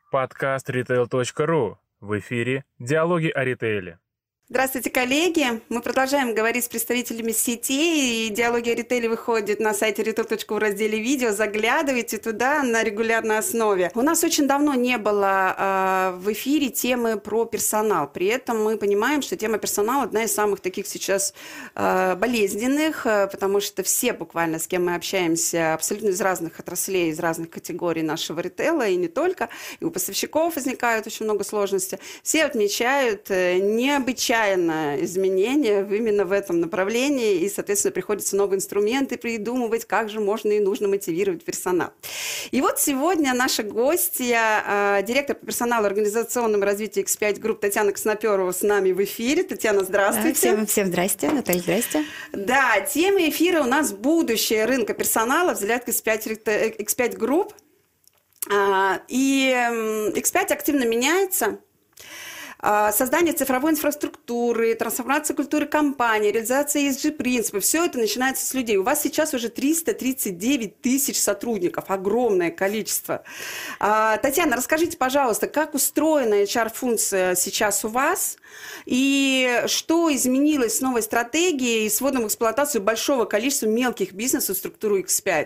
Подкаст retail.ru. В эфире «Диалоги о ритейле». Здравствуйте, коллеги! Мы продолжаем говорить с представителями сетей, и «Диалоги о ритейле» выходят на сайте retail.ru в разделе «Видео». Заглядывайте туда на регулярной основе. У нас очень давно не было в эфире темы про персонал. При этом мы понимаем, что тема персонала одна из самых таких сейчас болезненных, потому что все буквально, с кем мы общаемся, абсолютно из разных отраслей, из разных категорий нашего ритейла, и не только. И у поставщиков возникает очень много сложностей. Все отмечают необычайно изменения именно в этом направлении, и, соответственно, приходится новые инструменты придумывать, как же можно и нужно мотивировать персонал. И вот сегодня наша гостья, директор по персоналу и организационному развитию X5 Group Татьяна Косноперова с нами в эфире. Татьяна, здравствуйте. Да, всем здрасте. Наталья, здрасте. Да, тема эфира у нас «Будущее рынка персонала. Взгляд X5 Group». И X5 активно меняется. Создание цифровой инфраструктуры, трансформация культуры компании, реализация ESG-принципов – все это начинается с людей. У вас сейчас уже 339 тысяч сотрудников, огромное количество. Татьяна, расскажите, пожалуйста, как устроена HR-функция сейчас у вас и что изменилось с новой стратегией и с вводом в эксплуатацию большого количества мелких бизнесов в структуру X5?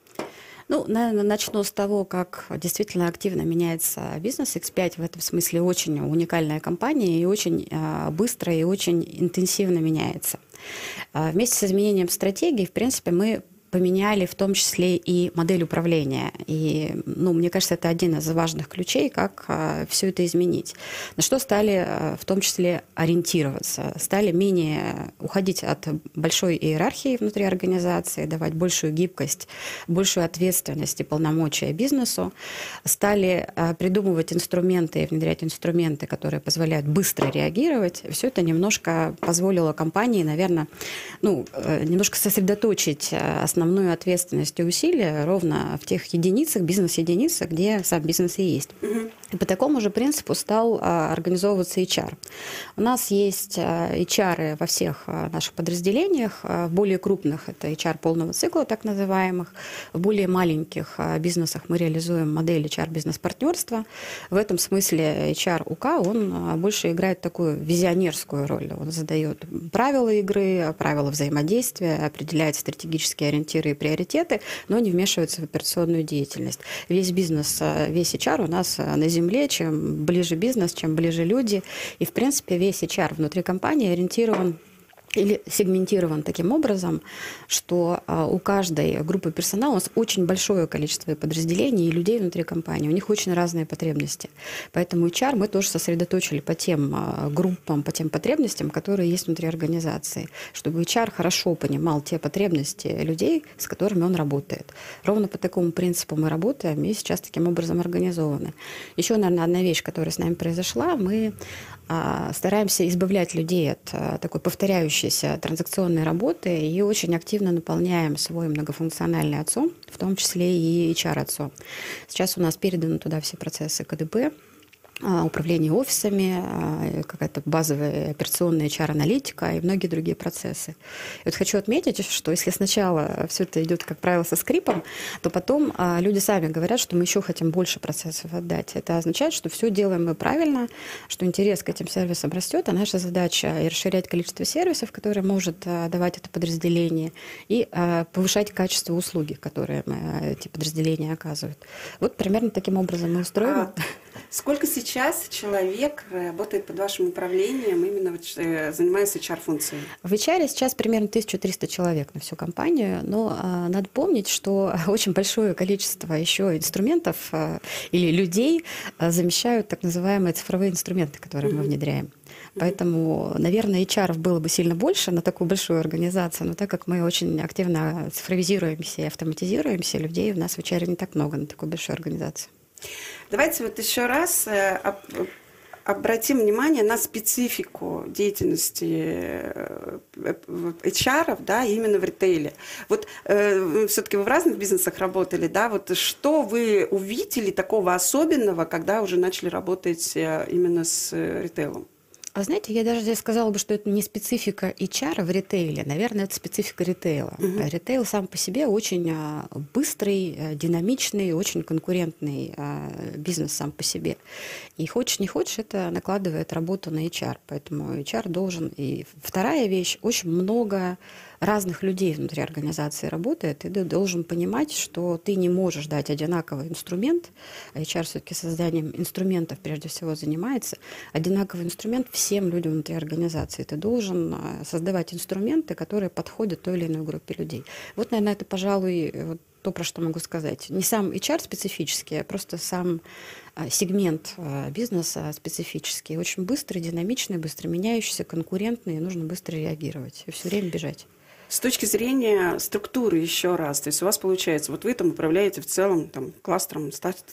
Ну, наверное, начну с того, как действительно активно меняется бизнес. X5 в этом смысле очень уникальная компания и очень быстро и очень интенсивно меняется. Вместе с изменением стратегии, в принципе, мы поменяли в том числе и модель управления. И, мне кажется, это один из важных ключей, как все это изменить. На что стали в том числе ориентироваться. Стали менее уходить от большой иерархии внутри организации, давать большую гибкость, большую ответственность и полномочия бизнесу. Стали придумывать инструменты и внедрять инструменты, которые позволяют быстро реагировать. Все это немножко позволило компании, наверное, немножко сосредоточить основную ответственность и усилия ровно в тех единицах, бизнес-единицах, где сам бизнес и есть. И по такому же принципу стал организовываться HR. У нас есть HR во всех наших подразделениях. В более крупных это HR полного цикла, так называемых. В более маленьких бизнесах мы реализуем модель HR-бизнес-партнерства. В этом смысле HR-УК, он больше играет такую визионерскую роль. Он задает правила игры, правила взаимодействия, определяет стратегические ориентиры и приоритеты, но не вмешивается в операционную деятельность. Весь бизнес, весь HR у нас на земле, чем ближе бизнес, чем ближе люди. И, в принципе, весь HR внутри компании ориентирован или сегментирован таким образом, что у каждой группы персонала у нас очень большое количество подразделений и людей внутри компании. У них очень разные потребности. Поэтому HR мы тоже сосредоточили по тем группам, по тем потребностям, которые есть внутри организации, чтобы HR хорошо понимал те потребности людей, с которыми он работает. Ровно по такому принципу мы работаем и сейчас таким образом организованы. Еще, наверное, одна вещь, которая с нами произошла, мы стараемся избавлять людей от такой повторяющейся транзакционной работы и очень активно наполняем свой многофункциональный отцом, в том числе и HR-отцом. Сейчас у нас переданы туда все процессы КДБ, управление офисами, какая-то базовая операционная HR-аналитика и многие другие процессы. И вот хочу отметить, что если сначала все это идет, как правило, со скрипом, то потом люди сами говорят, что мы еще хотим больше процессов отдать. Это означает, что все делаем мы правильно, что интерес к этим сервисам растет, а наша задача и расширять количество сервисов, которые может давать это подразделение, и повышать качество услуги, которые эти подразделения оказывают. Вот примерно таким образом мы устроены. Сколько сейчас человек работает под вашим управлением, именно занимается HR-функцией? В HR сейчас примерно 1300 человек на всю компанию, но надо помнить, что очень большое количество еще инструментов или людей замещают так называемые цифровые инструменты, которые мы внедряем. Поэтому, наверное, HR было бы сильно больше на такую большую организацию, но так как мы очень активно цифровизируемся и автоматизируемся, людей у нас в HR не так много на такой большой организации. Давайте вот еще раз обратим внимание на специфику деятельности HR, да, именно в ритейле. Вот все-таки вы в разных бизнесах работали, да, вот что вы увидели такого особенного, когда уже начали работать именно с ритейлом? А знаете, я даже здесь сказала бы, что это не специфика HR в ритейле, наверное, это специфика ритейла. Ритейл сам по себе очень быстрый, динамичный, очень конкурентный бизнес сам по себе. И хочешь не хочешь, это накладывает работу на HR, поэтому HR должен... И вторая вещь, очень много разных людей внутри организации работает, и ты должен понимать, что ты не можешь дать одинаковый инструмент, а HR все-таки созданием инструментов прежде всего занимается, одинаковый инструмент всем людям внутри организации. Ты должен создавать инструменты, которые подходят той или иной группе людей. Вот, наверное, это, пожалуй, вот то, про что могу сказать. Не сам HR специфический, а просто сам сегмент бизнеса специфический. Очень быстрый, динамичный, быстро меняющийся, конкурентный, и нужно быстро реагировать и все время бежать. С точки зрения структуры еще раз, то есть у вас получается, вот вы там управляете в целом там, кластером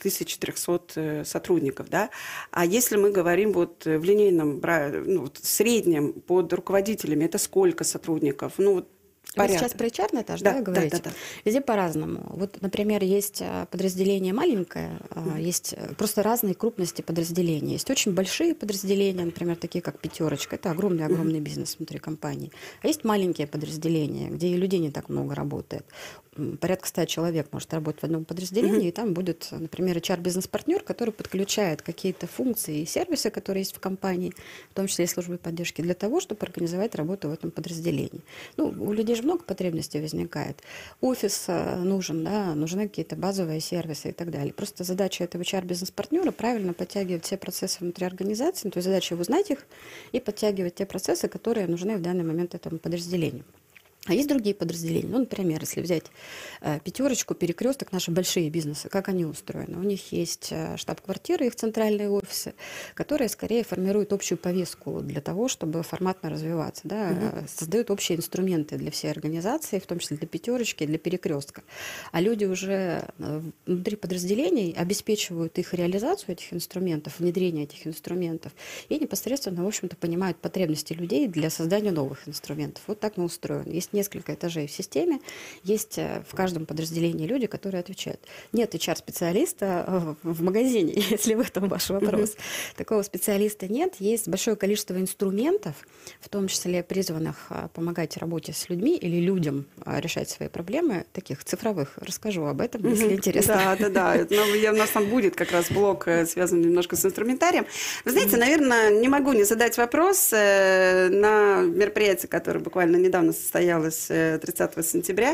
1300 сотрудников, да, а если мы говорим вот в линейном, ну, вот в среднем под руководителями, это сколько сотрудников? Ну, вот Вы сейчас про HR, Наташа, да, говорите? Да. Везде по-разному. Вот, например, есть подразделение маленькое, есть просто разные крупности подразделений. Есть очень большие подразделения, например, такие как «Пятерочка». Это огромный-огромный бизнес внутри компании. А есть маленькие подразделения, где и людей не так много работает. Порядка 100 человек может работать в одном подразделении, и там будет, например, HR-бизнес-партнер, который подключает какие-то функции и сервисы, которые есть в компании, в том числе и службы поддержки, для того, чтобы организовать работу в этом подразделении. Ну, у людей же много потребностей возникает. Офис нужен, да, нужны какие-то базовые сервисы и так далее. Просто задача этого HR-бизнес-партнера правильно подтягивать все процессы внутри организации, то есть задача его знать их и подтягивать те процессы, которые нужны в данный момент этому подразделению. А есть другие подразделения. Ну, например, если взять «Пятерочку», «Перекресток», наши большие бизнесы, как они устроены? У них есть штаб-квартиры, их центральные офисы, которые скорее формируют общую повестку для того, чтобы форматно развиваться, да, создают общие инструменты для всей организации, в том числе для «Пятерочки» и для «Перекрестка». А люди уже внутри подразделений обеспечивают их реализацию этих инструментов, внедрение этих инструментов и непосредственно, в общем-то, понимают потребности людей для создания новых инструментов. Вот так мы устроены. Есть несколько этажей в системе, есть в каждом подразделении люди, которые отвечают. Нет HR-специалиста в магазине, если в этом ваш вопрос. Такого специалиста нет. Есть большое количество инструментов, в том числе призванных помогать работе с людьми или людям решать свои проблемы, таких цифровых. Расскажу об этом, если интересно. Да. У нас там будет как раз блок, связанный немножко с инструментарием. Вы знаете, наверное, не могу не задать вопрос на мероприятии, которое буквально недавно состоялось 30 сентября,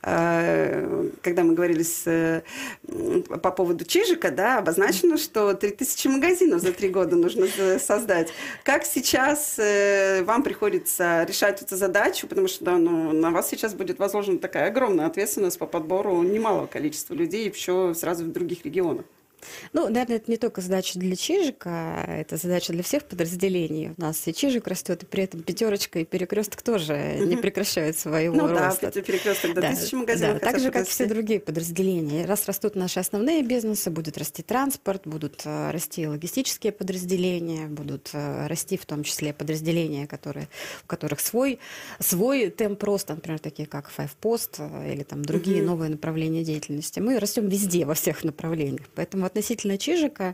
когда мы говорили по поводу Чижика, да, обозначено, что 3000 магазинов за 3 года нужно создать. Как сейчас вам приходится решать эту задачу, потому что на вас сейчас будет возложена такая огромная ответственность по подбору немалого количества людей еще сразу в других регионах? Ну, наверное, это не только задача для Чижика, это задача для всех подразделений. У нас и Чижик растет, и при этом Пятерочка и Перекресток тоже не прекращают своего роста. Да, Перекресток до 1000 магазинов. Да, так же, как и все другие подразделения. Раз растут наши основные бизнесы, будет расти транспорт, будут расти логистические подразделения, будут расти в том числе подразделения, у которых свой темп роста, например, такие как Five Post или там другие новые направления деятельности. Мы растем везде, во всех направлениях. Поэтому относительно Чижика,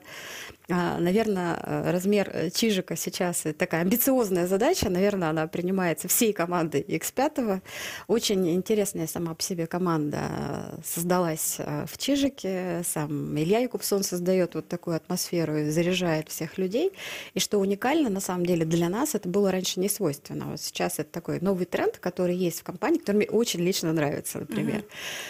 наверное, размер Чижика сейчас такая амбициозная задача. Наверное, она принимается всей командой X5. Очень интересная сама по себе команда создалась в Чижике. Сам Илья Якубсон создает вот такую атмосферу и заряжает всех людей. И что уникально, на самом деле, для нас это было раньше не свойственно. Вот сейчас это такой новый тренд, который есть в компании, который мне очень лично нравится, например,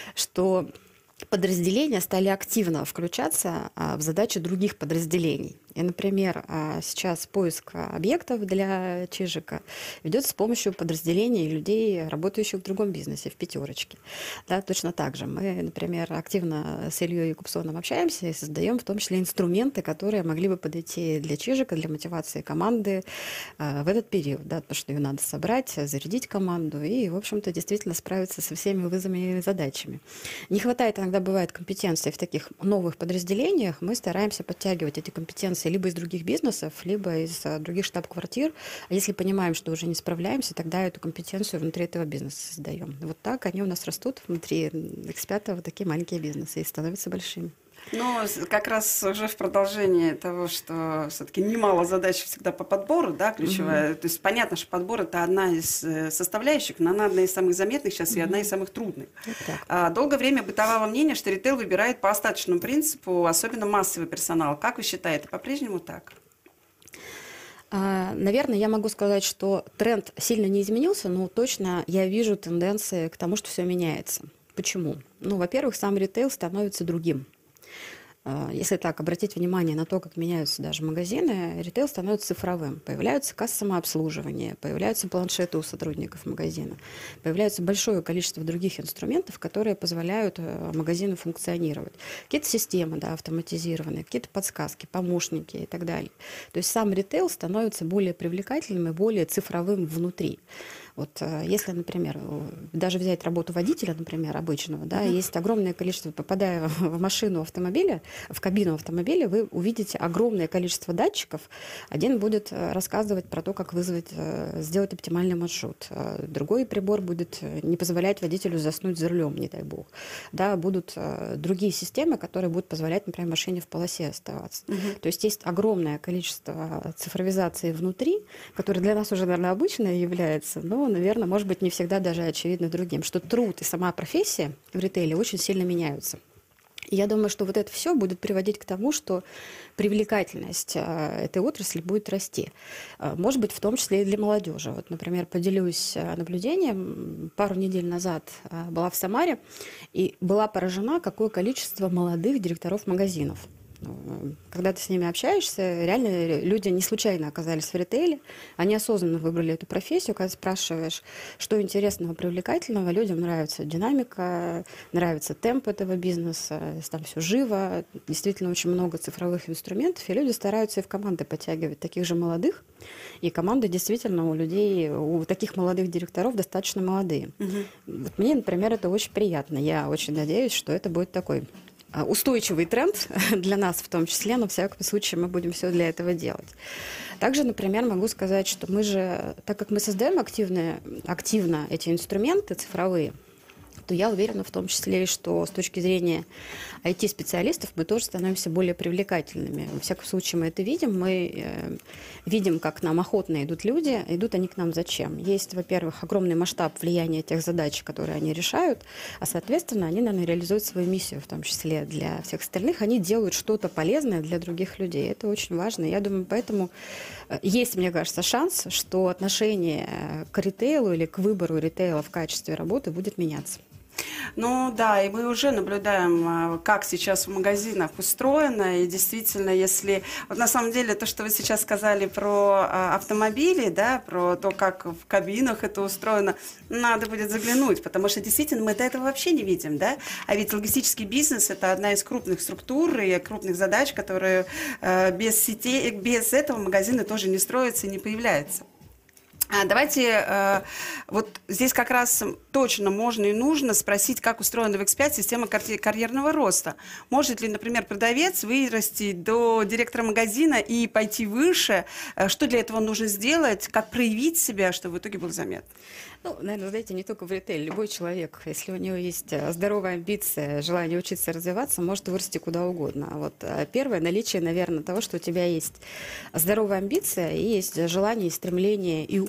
что подразделения стали активно включаться в задачи других подразделений. И, например, сейчас поиск объектов для Чижика ведется с помощью подразделений людей, работающих в другом бизнесе, в Пятерочке. Да, точно так же. Мы, например, активно с Ильей Якубсоном общаемся и создаем в том числе инструменты, которые могли бы подойти для Чижика, для мотивации команды в этот период. Да, потому что ее надо собрать, зарядить команду и, в общем-то, действительно справиться со всеми вызовами и задачами. Не хватает иногда бывает компетенции в таких новых подразделениях. Мы стараемся подтягивать эти компетенции либо из других бизнесов, либо из других штаб-квартир. А если понимаем, что уже не справляемся, тогда эту компетенцию внутри этого бизнеса создаем. Вот так они у нас растут внутри X5, вот такие маленькие бизнесы, и становятся большими. Но как раз уже в продолжении того, что все-таки немало задач всегда по подбору, да, ключевая. То есть понятно, что подбор – это одна из составляющих, но она одна из самых заметных сейчас и одна из самых трудных. Долгое время бытовало мнение, что ритейл выбирает по остаточному принципу, особенно массовый персонал. Как вы считаете, по-прежнему так? Наверное, я могу сказать, что тренд сильно не изменился, но точно я вижу тенденции к тому, что все меняется. Почему? Ну, во-первых, сам ритейл становится другим. Если так обратить внимание на то, как меняются даже магазины, ритейл становится цифровым. Появляются кассы самообслуживания, появляются планшеты у сотрудников магазина, появляется большое количество других инструментов, которые позволяют магазину функционировать. Какие-то системы, да, автоматизированные, какие-то подсказки, помощники и так далее. То есть сам ритейл становится более привлекательным и более цифровым внутри. Вот если, например, даже взять работу водителя, например, обычного, да, есть огромное количество, попадая в машину автомобиля, в кабину автомобиля, вы увидите огромное количество датчиков. Один будет рассказывать про то, как вызвать, сделать оптимальный маршрут. Другой прибор будет не позволять водителю заснуть за рулем, не дай бог. Да, будут другие системы, которые будут позволять, например, машине в полосе оставаться. То есть есть огромное количество цифровизации внутри, которое для нас уже, наверное, обычное является, но, наверное, может быть, не всегда даже очевидно другим, что труд и сама профессия в ритейле очень сильно меняются. И я думаю, что вот это все будет приводить к тому, что привлекательность этой отрасли будет расти. Может быть, в том числе и для молодежи. Вот, например, поделюсь наблюдением. Пару недель назад была в Самаре и была поражена, какое количество молодых директоров магазинов. Когда ты с ними общаешься, реально люди не случайно оказались в ритейле, они осознанно выбрали эту профессию. Когда спрашиваешь, что интересного, привлекательного, людям нравится динамика, нравится темп этого бизнеса, там все живо, действительно очень много цифровых инструментов, и люди стараются и в команды подтягивать таких же молодых, и команды действительно у людей, у таких молодых директоров достаточно молодые. Вот мне, например, это очень приятно. Я очень надеюсь, что это будет такой устойчивый тренд для нас в том числе, но в всяком случае мы будем все для этого делать. Также, например, могу сказать, что мы же, так как мы создаем активно эти инструменты цифровые, то я уверена в том числе, что с точки зрения IT-специалистов мы тоже становимся более привлекательными. Во всяком случае, мы это видим. Мы видим, как к нам охотно идут люди. Идут они к нам зачем? Есть, во-первых, огромный масштаб влияния тех задач, которые они решают, а, соответственно, они, наверное, реализуют свою миссию, в том числе для всех остальных. Они делают что-то полезное для других людей. Это очень важно. Я думаю, поэтому есть, мне кажется, шанс, что отношение к ритейлу или к выбору ритейла в качестве работы будет меняться. Ну да, и мы уже наблюдаем, как сейчас в магазинах устроено, и действительно, если... Вот на самом деле то, что вы сейчас сказали про автомобили, да, про то, как в кабинах это устроено, надо будет заглянуть, потому что действительно мы до этого вообще не видим, да, а ведь логистический бизнес – это одна из крупных структур и крупных задач, которые без сетей, без этого магазины тоже не строятся и не появляются. Давайте вот здесь как раз точно можно и нужно спросить, как устроена в X5 система карьерного роста. Может ли, например, продавец вырасти до директора магазина и пойти выше? Что для этого нужно сделать? Как проявить себя, чтобы в итоге был заметно? Ну, наверное, знаете, не только в ритейле. Любой человек, если у него есть здоровая амбиция, желание учиться развиваться, может вырасти куда угодно. Вот первое, наличие, наверное, того, что у тебя есть здоровая амбиция и есть желание и стремление и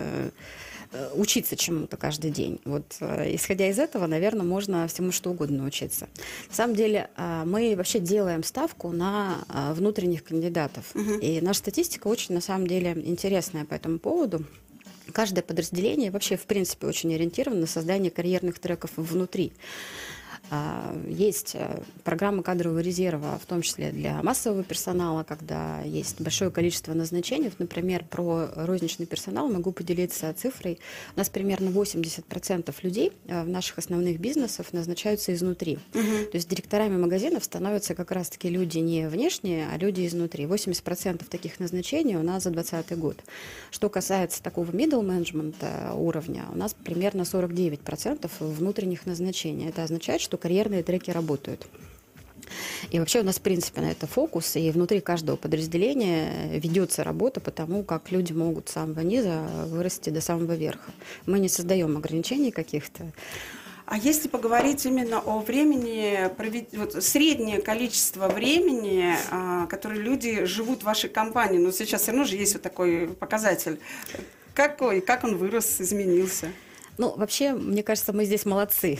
учиться чему-то каждый день. Вот, исходя из этого, наверное, можно всему что угодно научиться. На самом деле, мы вообще делаем ставку на внутренних кандидатов. И наша статистика очень, на самом деле, интересная по этому поводу. Каждое подразделение вообще, в принципе, очень ориентировано на создание карьерных треков внутри. Есть программа кадрового резерва, в том числе для массового персонала, когда есть большое количество назначений. Например, про розничный персонал могу поделиться цифрой. У нас примерно 80% людей в наших основных бизнесах назначаются изнутри. То есть директорами магазинов становятся как раз-таки люди не внешние, а люди изнутри. 80% таких назначений у нас за 2020 год. Что касается такого middle management уровня, у нас примерно 49% внутренних назначений. Это означает, что карьерные треки работают. И вообще у нас, в принципе, на это фокус, и внутри каждого подразделения ведется работа по тому, как люди могут с самого низа вырасти до самого верха. Мы не создаем ограничений каких-то. А если поговорить именно о времени, вот среднее количество времени, которое люди живут в вашей компании, но сейчас все равно же есть вот такой показатель. Какой? Как он вырос, изменился? Ну, вообще, мне кажется, мы здесь молодцы.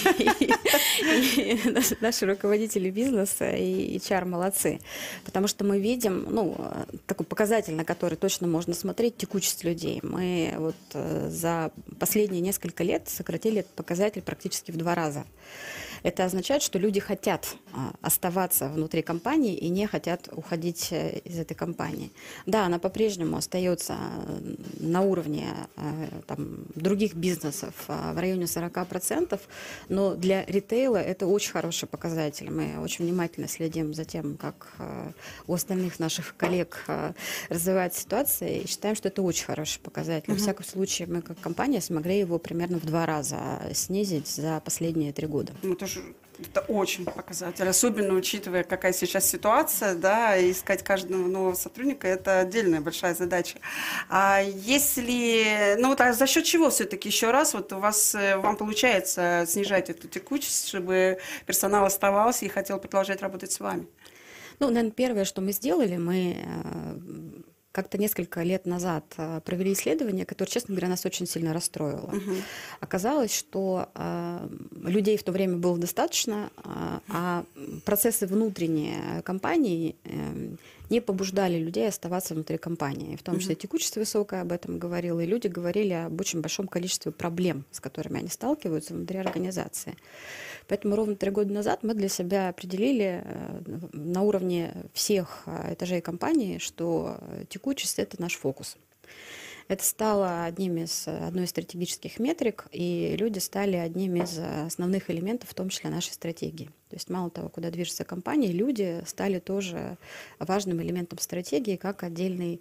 И наши руководители бизнеса и HR молодцы. Потому что мы видим, ну, такой показатель, на который точно можно смотреть, текучесть людей. Мы вот за последние несколько лет сократили этот показатель практически в 2 раза. Это означает, что люди хотят оставаться внутри компании и не хотят уходить из этой компании. Да, она по-прежнему остается на уровне там, других бизнесов в районе 40%, но для ритейла это очень хороший показатель. Мы очень внимательно следим за тем, как у остальных наших коллег развивается ситуация, и считаем, что это очень хороший показатель. Во всяком случае, мы как компания смогли его примерно в 2 раза снизить за последние 3 года. Это очень показатель, особенно учитывая, какая сейчас ситуация, да, и искать каждого нового сотрудника – это отдельная большая задача. А если, ну вот, а за счет чего все-таки еще раз вот вам получается снижать эту текучесть, чтобы персонал оставался и хотел продолжать работать с вами? Ну, наверное, первое, что мы сделали, мы как-то несколько лет назад провели исследование, которое, честно говоря, нас очень сильно расстроило. Оказалось, что людей в то время было достаточно, а процессы внутренние компании не побуждали людей оставаться внутри компании. В том числе текучесть высокая об этом говорила, и люди говорили об очень большом количестве проблем, с которыми они сталкиваются внутри организации. Поэтому ровно 3 года назад мы для себя определили на уровне всех этажей компании, что текучесть – это наш фокус. Это стало одной из стратегических метрик, и люди стали одним из основных элементов, в том числе нашей стратегии. То есть мало того, куда движется компания, люди стали тоже важным элементом стратегии, как отдельное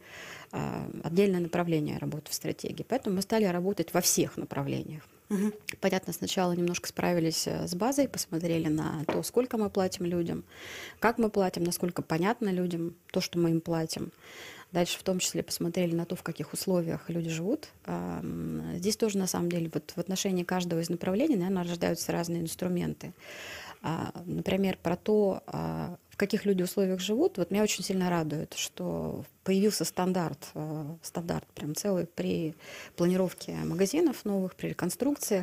направление работы в стратегии. Поэтому мы стали работать во всех направлениях. Понятно, сначала немножко справились с базой, посмотрели на то, сколько мы платим людям, как мы платим, насколько понятно людям то, что мы им платим. Дальше в том числе посмотрели на то, в каких условиях люди живут. Здесь тоже, на самом деле, вот в отношении каждого из направлений, наверное, рождаются разные инструменты. Например, про то, в каких люди условиях живут, вот меня очень сильно радует, что появился стандарт прям целый при планировке магазинов новых, при реконструкциях,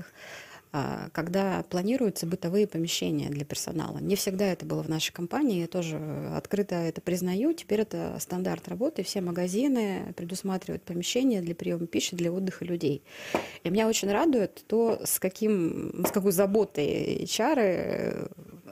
когда планируются бытовые помещения для персонала. Не всегда это было в нашей компании, я тоже открыто это признаю. Теперь это стандарт работы, все магазины предусматривают помещения для приема пищи, для отдыха людей. И меня очень радует то, с какой заботой HR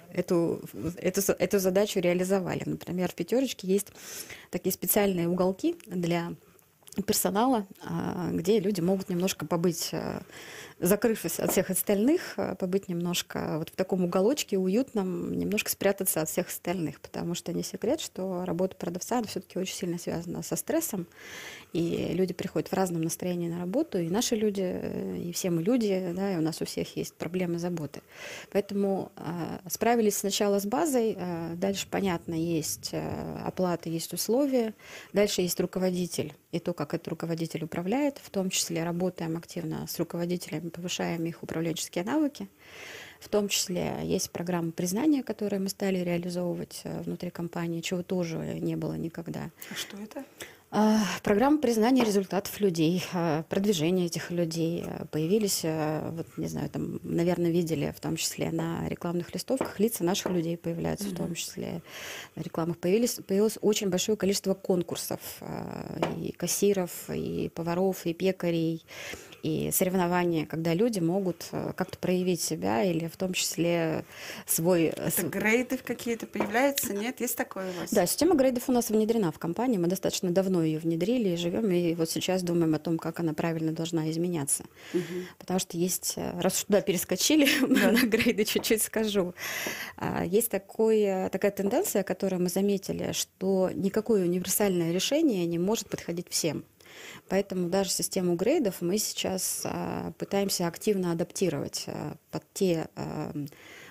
эту задачу реализовали. Например, в «Пятерочке» есть такие специальные уголки для персонала, где люди могут немножко побыть, закрывшись от всех остальных, побыть немножко вот в таком уголочке уютном, немножко спрятаться от всех остальных, потому что не секрет, что работа продавца все-таки очень сильно связана со стрессом, и люди приходят в разном настроении на работу, и наши люди, и все мы люди, да, и у нас у всех есть проблемы, заботы. Поэтому справились сначала с базой, дальше, понятно, есть оплата, есть условия, дальше есть руководитель, и то, как этот руководитель управляет, в том числе работаем активно с руководителями, повышаем их управленческие навыки. В том числе есть программа признания, которые мы стали реализовывать внутри компании, чего тоже не было никогда. А что это? Программа признания результатов людей, продвижения этих людей. Появились, вот не знаю, там, наверное, видели в том числе на рекламных листовках, лица наших людей появляются, в том числе на рекламах. Появилось очень большое количество конкурсов и кассиров, и поваров, и пекарей, и соревнования, когда люди могут как-то проявить себя или в том числе свой... Это грейды какие-то появляются? Нет? Есть такое у вас? Да, система грейдов у нас внедрена в компании. Мы достаточно давно ее внедрили и живем, и вот сейчас думаем о том, как она правильно должна изменяться. Потому что есть... Раз уж туда перескочили, на грейды чуть-чуть скажу. Есть такая тенденция, которую мы заметили, что никакое универсальное решение не может подходить всем. Поэтому даже систему грейдов мы сейчас пытаемся активно адаптировать под те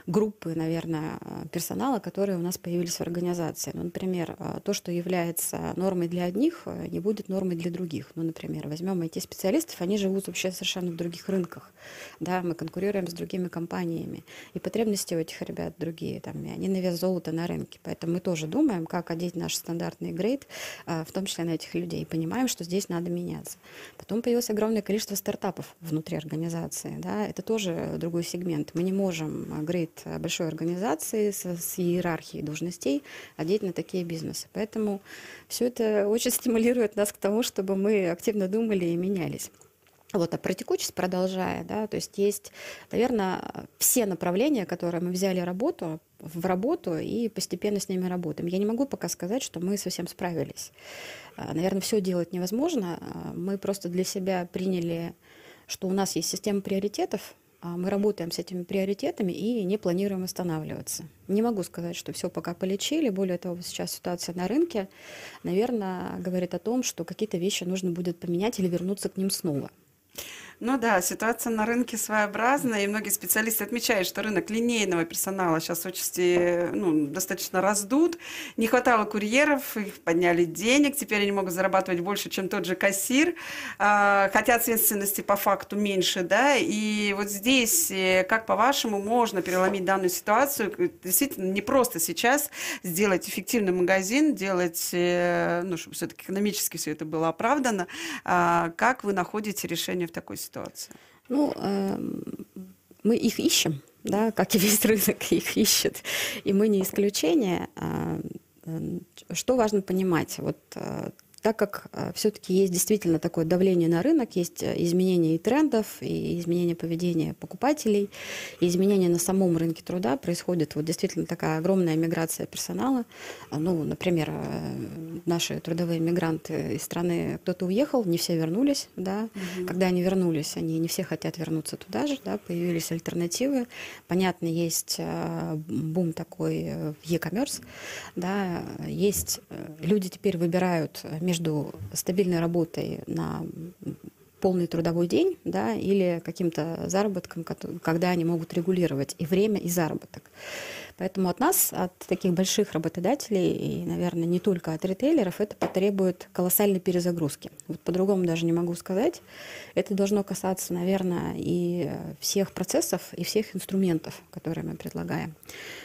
группы, наверное, персонала, которые у нас появились в организации. Ну, например, то, что является нормой для одних, не будет нормой для других. Ну, например, возьмем IT-специалистов, они живут вообще совершенно в других рынках. Да, мы конкурируем с другими компаниями. И потребности у этих ребят другие. Там, и они на вес золота на рынке. Поэтому мы тоже думаем, как одеть наш стандартный грейд, в том числе на этих людей. И понимаем, что здесь надо меняться. Потом появилось огромное количество стартапов внутри организации. Да, это тоже другой сегмент. Мы не можем грейд большой организации с иерархией должностей одеть на такие бизнесы. Поэтому все это очень стимулирует нас к тому, чтобы мы активно думали и менялись. Вот, а про текучесть продолжая, да, то есть, наверное, все направления, которые мы взяли в работу и постепенно с ними работаем. Я не могу пока сказать, что мы совсем справились. Наверное, все делать невозможно. Мы просто для себя приняли, что у нас есть система приоритетов, мы работаем с этими приоритетами и не планируем останавливаться. Не могу сказать, что все пока полечили. Более того, сейчас ситуация на рынке, наверное, говорит о том, что какие-то вещи нужно будет поменять или вернуться к ним снова. Ну да, ситуация на рынке своеобразная, и многие специалисты отмечают, что рынок линейного персонала сейчас в отчасти достаточно раздут. Не хватало курьеров, их подняли денег, теперь они могут зарабатывать больше, чем тот же кассир, хотя ответственности по факту меньше, да, и вот здесь, как по-вашему, можно переломить данную ситуацию? Действительно, не просто сейчас сделать эффективный магазин, делать, чтобы все-таки экономически все это было оправдано. Как вы находите решение в такой ситуации? Ну, мы их ищем, да, как и весь рынок их ищет, и мы не исключение. Что важно понимать? Вот так как все-таки есть действительно такое давление на рынок, есть изменения и трендов, и изменения поведения покупателей, и изменения на самом рынке труда, происходит вот действительно такая огромная миграция персонала. Ну, например, наши трудовые мигранты из страны, кто-то уехал, не все вернулись, да. Когда они вернулись, они не все хотят вернуться туда же, да, появились альтернативы. Понятно, есть бум такой в e-commerce, да, есть люди теперь выбирают между стабильной работой на полный трудовой день, да, или каким-то заработком, когда они могут регулировать и время, и заработок. Поэтому от нас, от таких больших работодателей, и, наверное, не только от ритейлеров, это потребует колоссальной перезагрузки. Вот по-другому даже не могу сказать. Это должно касаться, наверное, и всех процессов, и всех инструментов, которые мы предлагаем.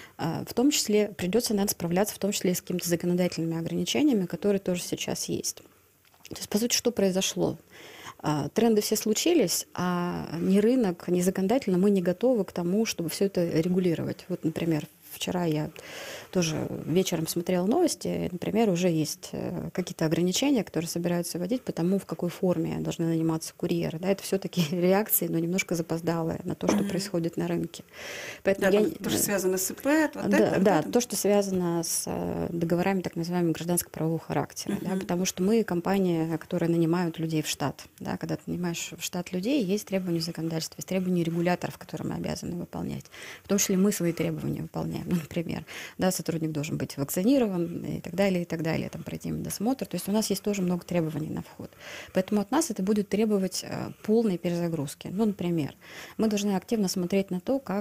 В том числе придется, наверное, справляться в том числе и с какими-то законодательными ограничениями, которые тоже сейчас есть. То есть, по сути, что произошло? Тренды все случились, а ни рынок, ни законодательно мы не готовы к тому, чтобы все это регулировать. Вот, например, вчера я тоже вечером смотрела новости, например, уже есть какие-то ограничения, которые собираются вводить по тому, в какой форме должны наниматься курьеры. Да, это все-таки реакции, но немножко запоздалые на то, что происходит на рынке. Поэтому да, то, что связано с ИП, то, что связано с договорами так называемого гражданско-правового характера. Да, потому что мы компания, которая нанимают людей в штат. Да, когда ты нанимаешь в штат людей, есть требования законодательства, есть требования регуляторов, которые мы обязаны выполнять. В том числе мы свои требования выполняем. Ну, например, да, сотрудник должен быть вакцинирован и так далее, там, пройти медосмотр. То есть у нас есть тоже много требований на вход. Поэтому от нас это будет требовать полной перезагрузки. Ну, например, мы должны активно смотреть на то,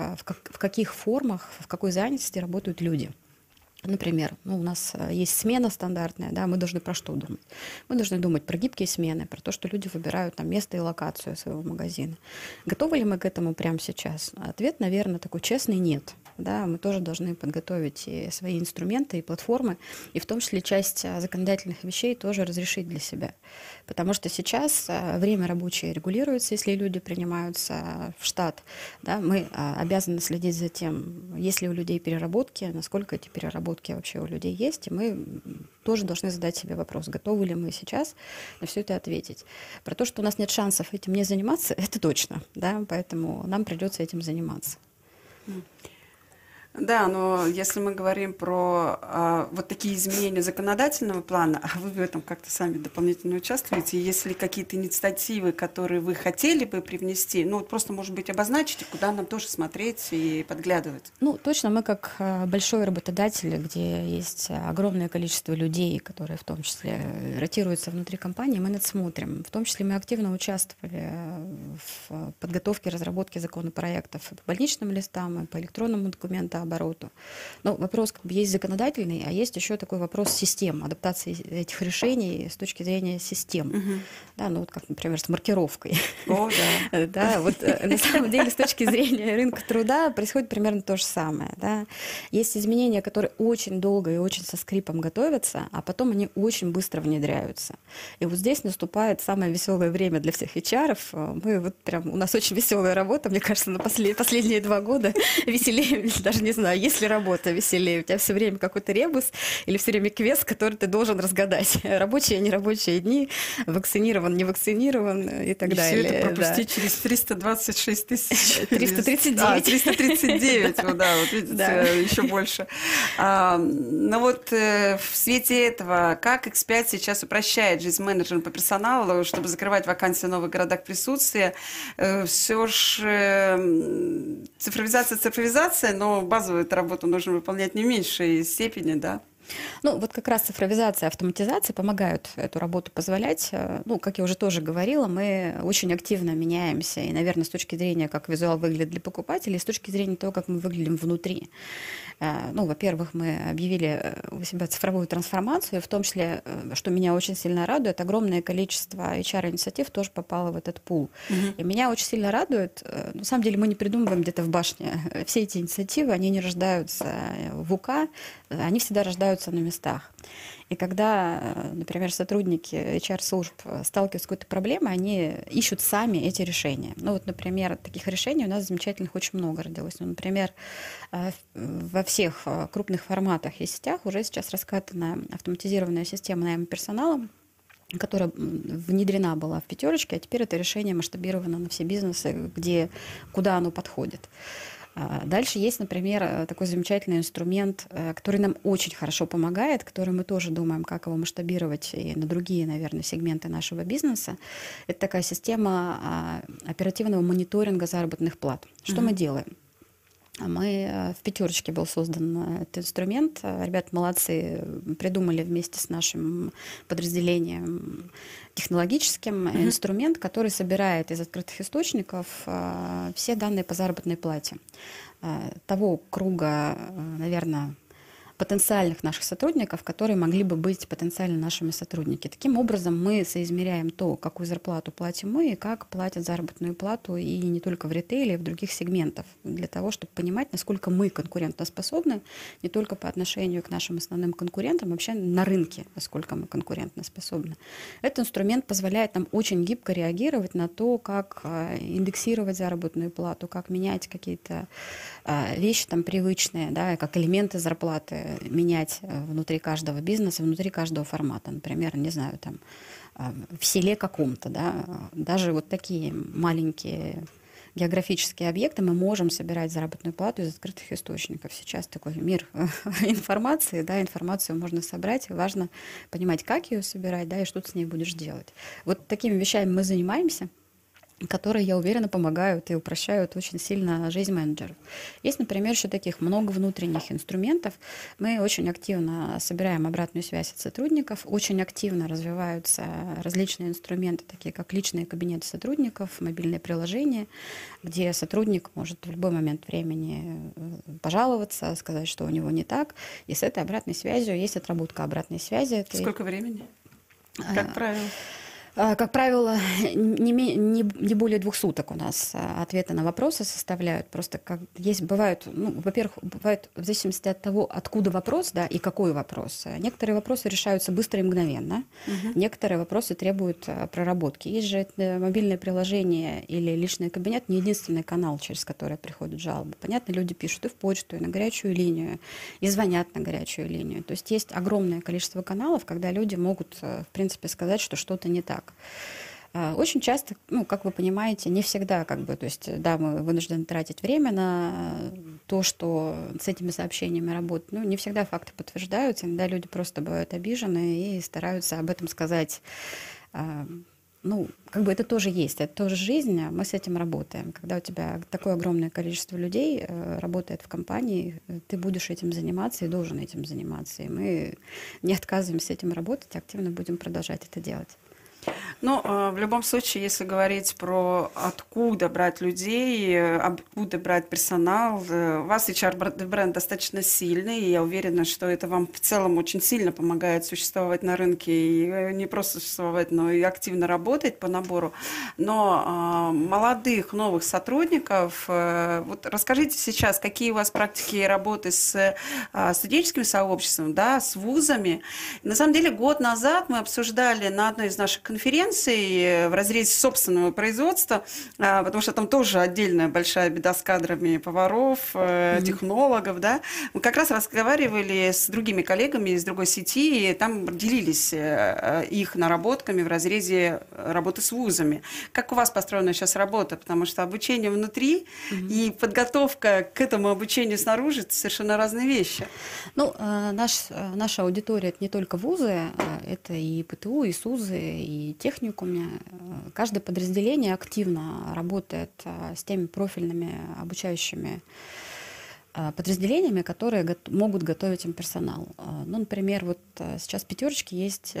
в каких формах, в какой занятости работают люди. Например, у нас есть смена стандартная, да, мы должны про что думать? Мы должны думать про гибкие смены, про то, что люди выбирают там место и локацию своего магазина. Готовы ли мы к этому прямо сейчас? Ответ, наверное, такой честный – нет. Да, мы тоже должны подготовить и свои инструменты, и платформы, и в том числе часть законодательных вещей тоже разрешить для себя. Потому что сейчас время рабочее регулируется, если люди принимаются в штат. Да, мы обязаны следить за тем, есть ли у людей переработки, насколько эти переработки вообще у людей есть, и мы тоже должны задать себе вопрос, готовы ли мы сейчас на все это ответить. Про то, что у нас нет шансов этим не заниматься, это точно, да, поэтому нам придется этим заниматься. Да, но если мы говорим про вот такие изменения законодательного плана, а вы в этом как-то сами дополнительно участвуете, есть ли какие-то инициативы, которые вы хотели бы привнести, ну, вот просто, может быть, обозначите, куда нам тоже смотреть и подглядывать? Ну, точно, мы как большой работодатель, где есть огромное количество людей, которые в том числе ротируются внутри компании, мы надсмотрим. В том числе мы активно участвовали в подготовке, разработке законопроектов и по больничным листам, и по электронному документообороту. Но вопрос как бы есть законодательный, а есть еще такой вопрос систем, адаптации этих решений с точки зрения систем. Угу. Да, ну вот как, например, с маркировкой. О, да. Да, вот на самом деле с точки зрения рынка труда происходит примерно то же самое. Да. Есть изменения, которые очень долго и очень со скрипом готовятся, а потом они очень быстро внедряются. И вот здесь наступает самое веселое время для всех HR-ов. Мы вот прям, у нас очень веселая работа, мне кажется, на последние 2 года веселее, даже не знаю, есть ли работа веселее, у тебя все время какой-то ребус или все время квест, который ты должен разгадать. Рабочие, нерабочие дни, вакцинирован, не вакцинирован и так далее. Все это пропустить через 326 тысяч. 339. 339, вот, да, вот видите, еще больше. Но вот в свете этого, как X5 сейчас упрощает жизнь менеджерам по персоналу, чтобы закрывать вакансии в новых городах присутствия, все же цифровизация, но базовую эту работу нужно выполнять не в меньшей степени, да? Ну, вот как раз цифровизация, автоматизация помогают эту работу позволять. Ну, как я уже тоже говорила, мы очень активно меняемся, и, наверное, с точки зрения, как визуал выглядит для покупателей, и с точки зрения того, как мы выглядим внутри. Ну, во-первых, мы объявили у себя цифровую трансформацию, в том числе, что меня очень сильно радует, огромное количество HR-инициатив тоже попало в этот пул. И меня очень сильно радует, на самом деле мы не придумываем где-то в башне. Все эти инициативы, они не рождаются в УК, они всегда рождаются на местах. И когда, например, сотрудники HR-служб сталкиваются с какой-то проблемой, они ищут сами эти решения. Ну вот, например, таких решений у нас замечательных очень много родилось. Ну, например, во всех крупных форматах и сетях уже сейчас раскатана автоматизированная система найма персонала, которая внедрена была в пятерочке, а теперь это решение масштабировано на все бизнесы, куда оно подходит. Дальше есть, например, такой замечательный инструмент, который нам очень хорошо помогает, который мы тоже думаем, как его масштабировать и на другие, наверное, сегменты нашего бизнеса. Это такая система оперативного мониторинга заработных плат. Что мы делаем? В пятерочке был создан этот инструмент. Ребята молодцы, придумали вместе с нашим подразделением технологическим инструмент, который собирает из открытых источников все данные по заработной плате. Того круга, наверное, потенциальных наших сотрудников, которые могли бы быть потенциально нашими сотрудниками. Таким образом, мы соизмеряем то, какую зарплату платим мы и как платят заработную плату и не только в ритейле, и в других сегментах, для того, чтобы понимать, насколько мы конкурентоспособны, не только по отношению к нашим основным конкурентам, вообще на рынке, насколько мы конкурентоспособны. Этот инструмент позволяет нам очень гибко реагировать на то, как индексировать заработную плату, как менять какие-то вещи там привычные, да, как элементы зарплаты менять внутри каждого бизнеса, внутри каждого формата. Например, не знаю, там в селе каком-то, да, даже вот такие маленькие географические объекты мы можем собирать заработную плату из открытых источников. Сейчас такой мир информации, да, информацию можно собрать, и важно понимать, как ее собирать, да, и что ты с ней будешь делать. Вот такими вещами мы занимаемся, которые, я уверена, помогают и упрощают очень сильно жизнь менеджеров. Есть, например, еще таких много внутренних инструментов. Мы очень активно собираем обратную связь от сотрудников, очень активно развиваются различные инструменты, такие как личные кабинеты сотрудников, мобильные приложения, где сотрудник может в любой момент времени пожаловаться, сказать, что у него не так. И с этой обратной связью есть отработка обратной связи. Сколько времени? Как правило? Как правило, не более 2 суток у нас ответы на вопросы составляют. Просто бывают, во-первых, бывает в зависимости от того, откуда вопрос, да, и какой вопрос. Некоторые вопросы решаются быстро и мгновенно, некоторые вопросы требуют проработки. Есть же мобильное приложение или личный кабинет не единственный канал, через который приходят жалобы. Понятно, люди пишут и в почту, и на горячую линию, и звонят на горячую линию. То есть огромное количество каналов, когда люди могут, в принципе, сказать, что что-то не так. Очень часто, ну, как вы понимаете, не всегда, как бы, то есть, да, мы вынуждены тратить время на то, что с этими сообщениями работать. Ну, не всегда факты подтверждаются, иногда люди просто бывают обижены и стараются об этом сказать. Ну, как бы это тоже есть, это тоже жизнь, мы с этим работаем. Когда у тебя такое огромное количество людей работает в компании, ты будешь этим заниматься и должен этим заниматься. И мы не отказываемся этим работать, активно будем продолжать это делать. Ну, в любом случае, если говорить про откуда брать людей, откуда брать персонал, у вас HR-бренд достаточно сильный, и я уверена, что это вам в целом очень сильно помогает существовать на рынке, и не просто существовать, но и активно работать по набору. Но молодых, новых сотрудников, вот расскажите сейчас, какие у вас практики работы с студенческим сообществом, да, с вузами. На самом деле, год назад мы обсуждали на одной из наших конференций в разрезе собственного производства, потому что там тоже отдельная большая беда с кадрами поваров, технологов, да. Мы как раз разговаривали с другими коллегами из другой сети, и там делились их наработками в разрезе работы с вузами. Как у вас построена сейчас работа? Потому что обучение внутри и подготовка к этому обучению снаружи – это совершенно разные вещи. Ну, наша аудитория – это не только вузы, это и ПТУ, и СУЗы, и техникуме. Каждое подразделение активно работает с теми профильными обучающими подразделениями, которые могут готовить им персонал. Ну, например, вот сейчас в «Пятерочке» есть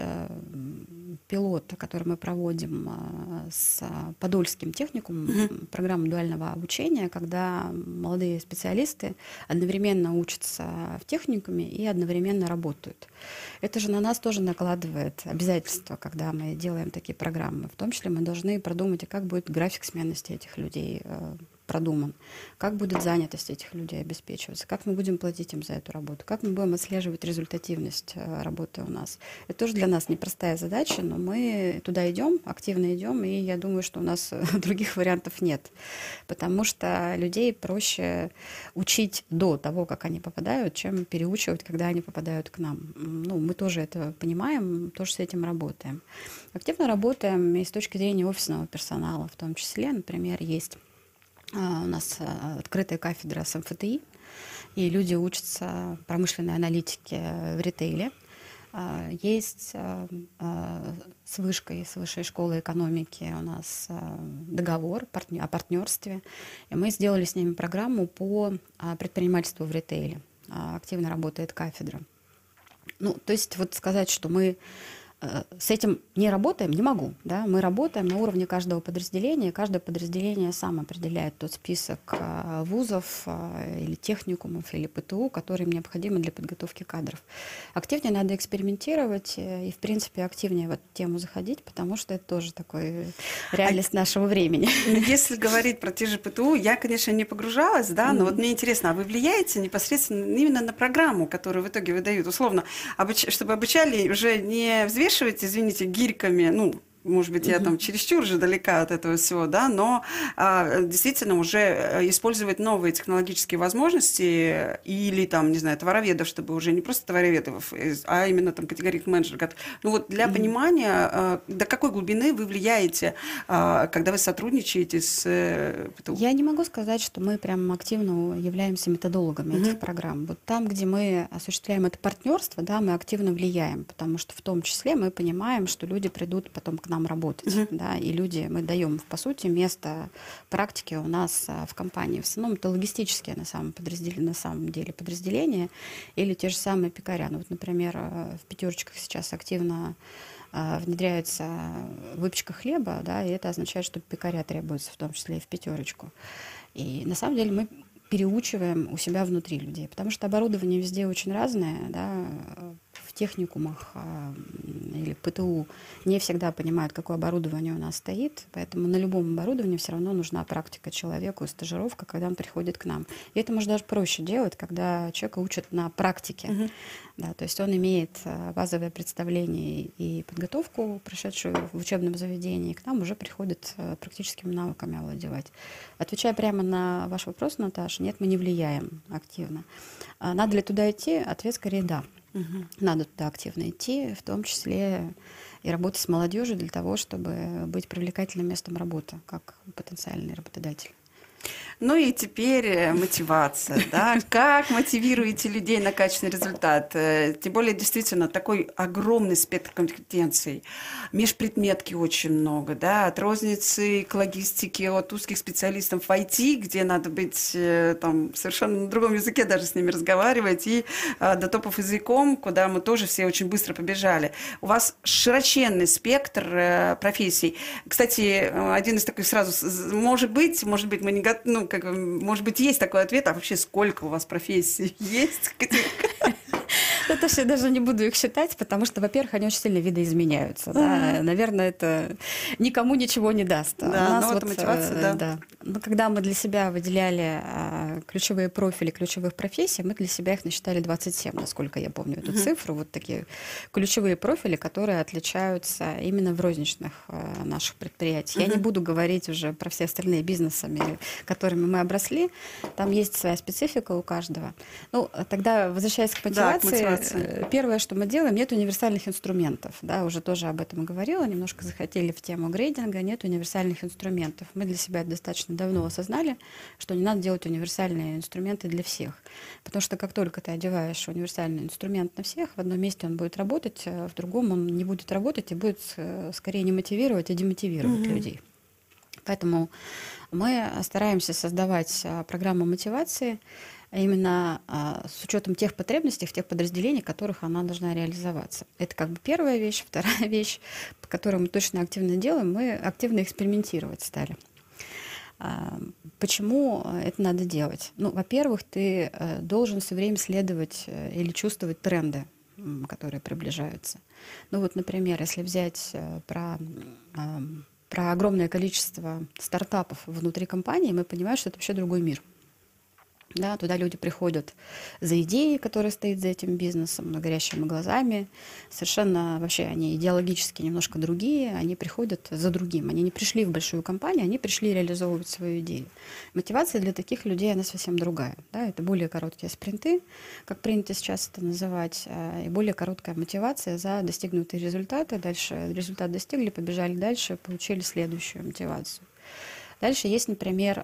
пилот, который мы проводим с Подольским техникумом, программу дуального обучения, когда молодые специалисты одновременно учатся в техникуме и одновременно работают. Это же на нас тоже накладывает обязательства, когда мы делаем такие программы. В том числе мы должны продумать, как будет график сменности этих людей продуман, как будет занятость этих людей обеспечиваться, как мы будем платить им за эту работу, как мы будем отслеживать результативность работы у нас. Это тоже для нас непростая задача, но мы туда идем, активно идем, и я думаю, что у нас других вариантов нет, потому что людей проще учить до того, как они попадают, чем переучивать, когда они попадают к нам. Ну, мы тоже это понимаем, тоже с этим работаем. Активно работаем и с точки зрения офисного персонала, в том числе, например, есть у нас открытая кафедра с МФТИ, и люди учатся промышленной аналитике в ритейле. Есть с вышкой, с высшей школой экономики у нас договор о партнерстве, и мы сделали с ними программу по предпринимательству в ритейле. Активно работает кафедра. Ну, то есть вот сказать, что мы с этим не работаем, не могу. Да? Мы работаем на уровне каждого подразделения. Каждое подразделение сам определяет тот список вузов или техникумов, или ПТУ, которые им необходимы для подготовки кадров. Активнее надо экспериментировать и, в принципе, активнее в эту тему заходить, потому что это тоже такая реальность нашего времени. Если говорить про те же ПТУ, я, конечно, не погружалась, да, но вот мне интересно, а вы влияете непосредственно именно на программу, которую в итоге выдают? Условно, чтобы обучали уже не взвешивать, извините, гирьками, ну, может быть, я там чересчур же далека от этого всего, да, но действительно уже использовать новые технологические возможности или там, не знаю, товароведов, чтобы уже не просто товароведов, а именно там категорийных менеджеров. Ну вот для понимания, до какой глубины вы влияете, когда вы сотрудничаете с ПТУ? Я не могу сказать, что мы прям активно являемся методологами этих программ. Вот там, где мы осуществляем это партнерство, да, мы активно влияем, потому что в том числе мы понимаем, что люди придут потом к нам работать, да, и люди, мы даем, по сути, место практики у нас в компании. В основном это логистические на самом деле подразделения или те же самые пекаря. Ну, вот, например, в «Пятерочках» сейчас активно внедряется выпечка хлеба, да, и это означает, что пекаря требуется в том числе и в «Пятерочку». И на самом деле мы переучиваем у себя внутри людей, потому что оборудование везде очень разное, да, в техникумах или ПТУ не всегда понимают, какое оборудование у нас стоит, поэтому на любом оборудовании все равно нужна практика человеку, стажировка, когда он приходит к нам. И это можно даже проще делать, когда человека учат на практике. Да, то есть он имеет базовое представление и подготовку, прошедшую в учебном заведении, и к нам уже приходит практическими навыками овладевать. Отвечая прямо на ваш вопрос, Наташа, нет, мы не влияем активно. Надо ли туда идти? Ответ скорее да. Надо туда активно идти, в том числе и работать с молодежью для того, чтобы быть привлекательным местом работы, как потенциальный работодатель. Ну и теперь мотивация, да, как мотивируете людей на качественный результат, тем более действительно такой огромный спектр компетенций, межпредметки очень много, да, от розницы к логистике, от узких специалистов в IT, где надо быть там совершенно на другом языке даже с ними разговаривать, и до топов языком, куда мы тоже все очень быстро побежали. У вас широченный спектр профессий. Кстати, один из таких сразу, может быть, мы не готовы, ну, может быть, есть такой ответ, а вообще сколько у вас профессий есть? Это я даже не буду их считать, потому что, во-первых, они очень сильно видоизменяются. Да? Наверное, это никому ничего не даст. Да, но вот мотивация, да. Но когда мы для себя выделяли ключевые профили ключевых профессий, мы для себя их насчитали 27, насколько я помню эту цифру. Вот такие ключевые профили, которые отличаются именно в розничных наших предприятиях. Я не буду говорить уже про все остальные бизнесы, которыми мы обросли. Там есть своя специфика у каждого. Ну, тогда, возвращаясь к мотивации, первое, что мы делаем, нет универсальных инструментов. Да, уже тоже об этом говорила, немножко захотели в тему грейдинга, нет универсальных инструментов. Мы для себя достаточно давно осознали, что не надо делать универсальные инструменты для всех. Потому что как только ты одеваешь универсальный инструмент на всех, в одном месте он будет работать, в другом он не будет работать и будет скорее не мотивировать, а демотивировать людей. Поэтому мы стараемся создавать программу мотивации именно с учетом тех потребностей, в тех подразделениях, в которых она должна реализоваться. Это как бы первая вещь. Вторая вещь, по которой мы точно активно делаем, мы активно экспериментировать стали. Почему это надо делать? Ну, во-первых, ты должен все время следовать или чувствовать тренды, которые приближаются. Ну вот, например, если взять про огромное количество стартапов внутри компании, мы понимаем, что это вообще другой мир. Да, туда люди приходят за идеей, которая стоит за этим бизнесом, горящими глазами. Совершенно вообще они идеологически немножко другие, они приходят за другим. Они не пришли в большую компанию, они пришли реализовывать свою идею. Мотивация для таких людей, она совсем другая. Да, это более короткие спринты, как принято сейчас это называть, и более короткая мотивация за достигнутые результаты. Дальше результат достигли, побежали дальше, получили следующую мотивацию. Дальше есть, например,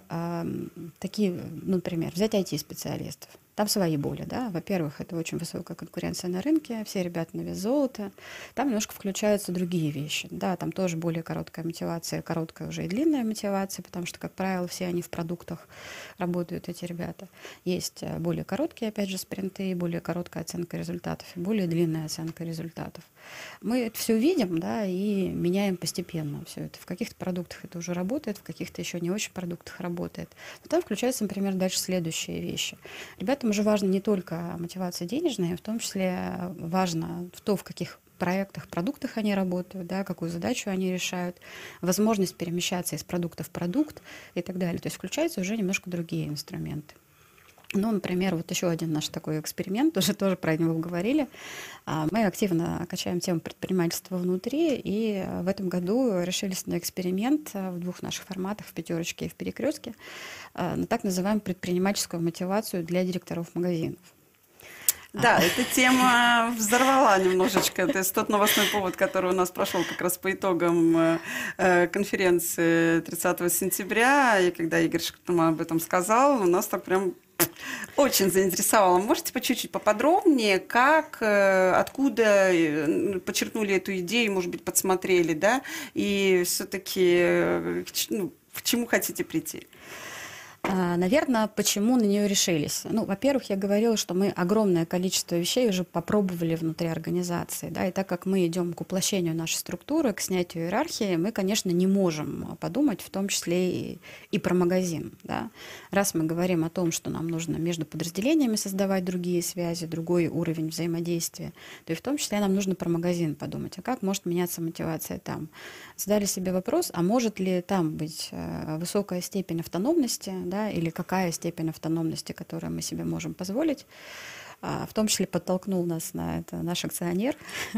например, взять IT-специалистов. Там свои боли, да. Во-первых, это очень высокая конкуренция на рынке, все ребята на вес золота. Там немножко включаются другие вещи. Да, там тоже более короткая мотивация, короткая уже и длинная мотивация, потому что, как правило, все они в продуктах работают, эти ребята. Есть более короткие, опять же, спринты, более короткая оценка результатов и более длинная оценка результатов. Мы это все видим, да, и меняем постепенно все это. В каких-то продуктах это уже работает, в каких-то еще не очень продуктах работает. Но там включаются, например, дальше следующие вещи. Ребятам уже важно не только мотивация денежная, в том числе важно в каких проектах, продуктах они работают, да, какую задачу они решают, возможность перемещаться из продукта в продукт и так далее. То есть включаются уже немножко другие инструменты. Ну, например, вот еще один наш такой эксперимент, уже тоже про него говорили. Мы активно качаем тему предпринимательства внутри, и в этом году решились на эксперимент в двух наших форматах, в «Пятерочке» и в «Перекрестке», на так называемую предпринимательскую мотивацию для директоров магазинов. Да, эта тема взорвала немножечко. Это тот новостной повод, который у нас прошел как раз по итогам конференции 30 сентября. И когда Игорь Шактурман об этом сказал, у нас так прям очень заинтересовало. Можете по чуть-чуть поподробнее, как, откуда подчеркнули эту идею, может быть, подсмотрели, да? И все-таки к чему хотите прийти? Наверное, почему на нее решились? Ну, во-первых, я говорила, что мы огромное количество вещей уже попробовали внутри организации, да, и так как мы идем к уплощению нашей структуры, к снятию иерархии, мы, конечно, не можем подумать в том числе и про магазин, да. Раз мы говорим о том, что нам нужно между подразделениями создавать другие связи, другой уровень взаимодействия, то и в том числе нам нужно про магазин подумать, а как может меняться мотивация там. Задали себе вопрос, а может ли там быть высокая степень автономности, да, или какая степень автономности, которую мы себе можем позволить. В том числе подтолкнул нас на это наш акционер.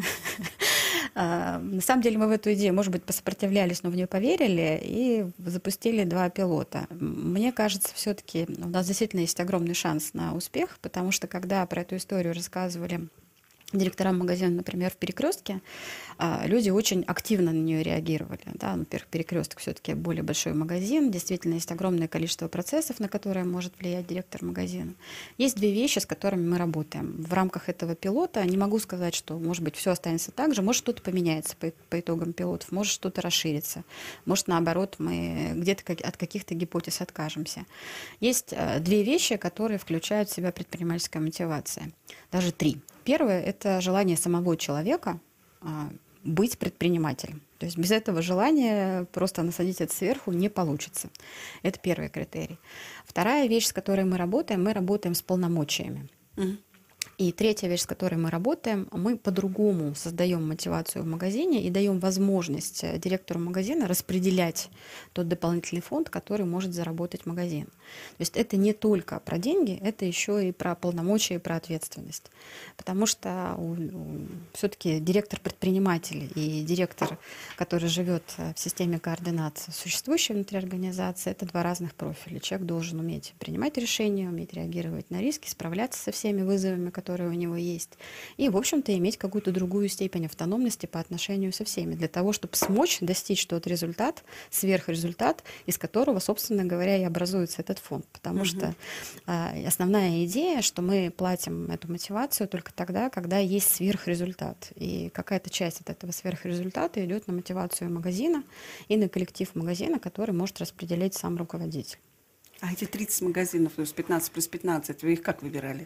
На самом деле мы в эту идею, может быть, посопротивлялись, но в нее поверили и запустили 2 пилота. Мне кажется, все-таки у нас действительно есть огромный шанс на успех, потому что когда про эту историю рассказывали директорам магазина, например, в Перекрестке, люди очень активно на нее реагировали. Да? Во-первых, Перекресток все-таки более большой магазин, действительно есть огромное количество процессов, на которые может влиять директор магазина. Есть две вещи, с которыми мы работаем. В рамках этого пилота не могу сказать, что, может быть, все останется так же, может, что-то поменяется по итогам пилотов, может, что-то расширится, может, наоборот, мы где-то от каких-то гипотез откажемся. Есть две вещи, которые включают в себя предпринимательская мотивация, даже три. Первое – это желание самого человека быть предпринимателем. То есть без этого желания просто насадить это сверху не получится. Это первый критерий. Вторая вещь, с которой мы работаем с полномочиями. И третья вещь, с которой мы работаем, мы по-другому создаем мотивацию в магазине и даем возможность директору магазина распределять тот дополнительный фонд, который может заработать магазин. То есть это не только про деньги, это еще и про полномочия и про ответственность. Потому что все-таки директор-предприниматель и директор, который живет в системе координат, существующей внутри организации, это два разных профиля. Человек должен уметь принимать решения, уметь реагировать на риски, справляться со всеми вызовами, которые у него есть, и, в общем-то, иметь какую-то другую степень автономности по отношению со всеми, для того, чтобы смочь достичь тот результат, сверхрезультат, из которого, собственно говоря, и образуется этот фонд. Потому что основная идея, что мы платим эту мотивацию только тогда, когда есть сверхрезультат. И какая-то часть от этого сверхрезультата идет на мотивацию магазина и на коллектив магазина, который может распределять сам руководитель. А эти 30 магазинов, то есть 15 плюс 15, вы их как выбирали?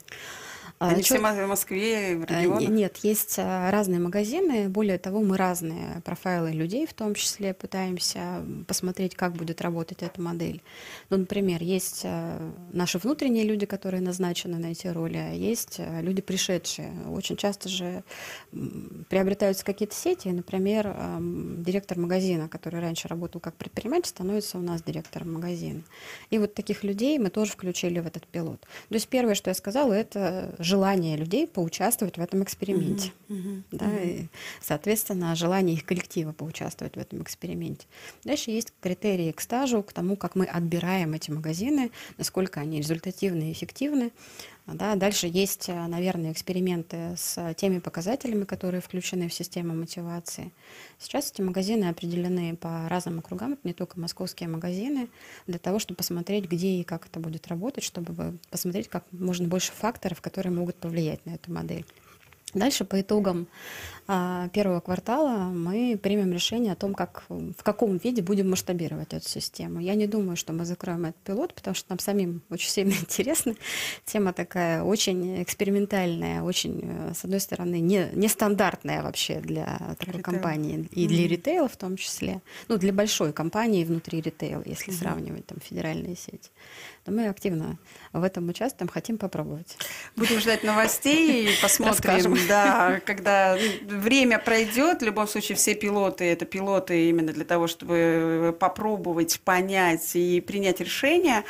Они все в Москве, в регионах? Нет, есть разные магазины. Более того, мы разные профайлы людей в том числе пытаемся посмотреть, как будет работать эта модель. Ну, например, есть наши внутренние люди, которые назначены на эти роли, а есть люди пришедшие. Очень часто же приобретаются какие-то сети. Например, директор магазина, который раньше работал как предприниматель, становится у нас директором магазина. И вот таких людей мы тоже включили в этот пилот. То есть первое, что я сказала, это желание людей поучаствовать в этом эксперименте. Да, и, соответственно, желание их коллектива поучаствовать в этом эксперименте. Дальше есть критерии к стажу, к тому, как мы отбираем эти магазины, насколько они результативны и эффективны. Да, дальше есть, наверное, эксперименты с теми показателями, которые включены в систему мотивации. Сейчас эти магазины определены по разным округам, это не только московские магазины, для того, чтобы посмотреть, где и как это будет работать, чтобы посмотреть как можно больше факторов, которые могут повлиять на эту модель. Дальше по итогам первого квартала мы примем решение о том, в каком виде будем масштабировать эту систему. Я не думаю, что мы закроем этот пилот, потому что нам самим очень сильно интересно. Тема такая очень экспериментальная, очень, с одной стороны, нестандартная вообще для такой компании и для ритейла в том числе. Ну, для большой компании внутри ритейла, если сравнивать там федеральные сети. Но мы активно в этом участвуем, хотим попробовать. Будем ждать новостей и посмотрим, да, когда время пройдет. В любом случае, все пилоты – это пилоты именно для того, чтобы попробовать, понять и принять решение.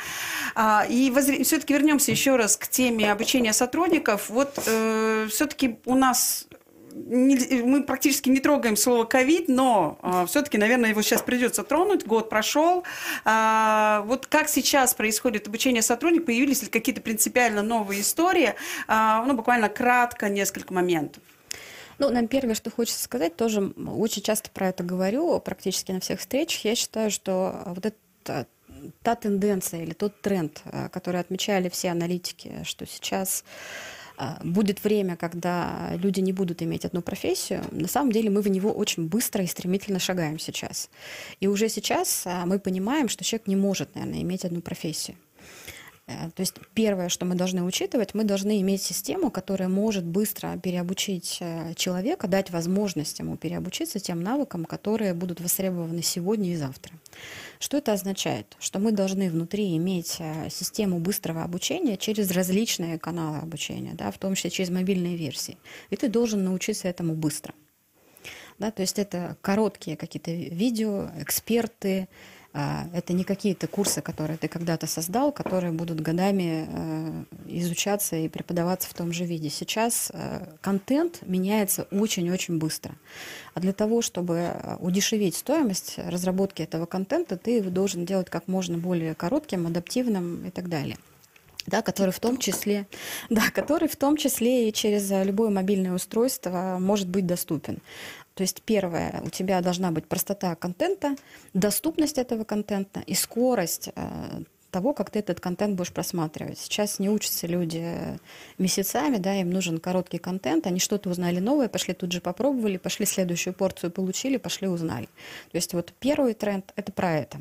И все-таки вернемся еще раз к теме обучения сотрудников. Вот все-таки у нас... Мы практически не трогаем слово «ковид», но все-таки, наверное, его сейчас придется тронуть. Год прошел. Вот как сейчас происходит обучение сотрудников? Появились ли какие-то принципиально новые истории? Ну, буквально кратко, несколько моментов. Ну, нам первое, что хочется сказать, тоже очень часто про это говорю, практически на всех встречах. Я считаю, что вот это та тенденция или тот тренд, который отмечали все аналитики, что сейчас будет время, когда люди не будут иметь одну профессию, на самом деле мы в него очень быстро и стремительно шагаем сейчас. И уже сейчас мы понимаем, что человек не может, наверное, иметь одну профессию. То есть первое, что мы должны учитывать, мы должны иметь систему, которая может быстро переобучить человека, дать возможность ему переобучиться тем навыкам, которые будут востребованы сегодня и завтра. Что это означает? Что мы должны внутри иметь систему быстрого обучения через различные каналы обучения, да, в том числе через мобильные версии. И ты должен научиться этому быстро. Да, то есть это короткие какие-то видео, эксперты. Это не какие-то курсы, которые ты когда-то создал, которые будут годами изучаться и преподаваться в том же виде. Сейчас контент меняется очень-очень быстро. А для того, чтобы удешевить стоимость разработки этого контента, ты его должен делать как можно более коротким, адаптивным и так далее. да, который в том числе, да, который в том числе и через любое мобильное устройство может быть доступен. То есть первое, у тебя должна быть простота контента, доступность этого контента и скорость того, как ты этот контент будешь просматривать. Сейчас не учатся люди месяцами, да, им нужен короткий контент, они что-то узнали новое, пошли тут же попробовали, пошли следующую порцию получили, пошли узнали. То есть вот первый тренд – это про это.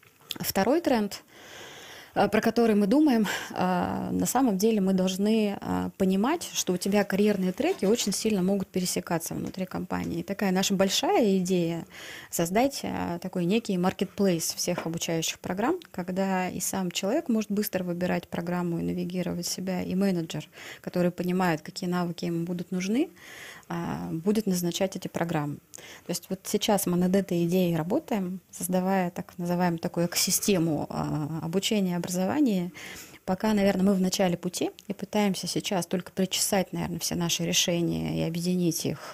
Второй тренд, про который мы думаем, на самом деле мы должны понимать, что у тебя карьерные треки очень сильно могут пересекаться внутри компании. И такая наша большая идея – создать такой некий маркетплейс всех обучающих программ, когда и сам человек может быстро выбирать программу и навигировать себя, и менеджер, который понимает, какие навыки ему будут нужны, будет назначать эти программы. То есть вот сейчас мы над этой идеей работаем, создавая так называемую такую экосистему обучения и образования. Пока, наверное, мы в начале пути и пытаемся сейчас только причесать, наверное, все наши решения и объединить их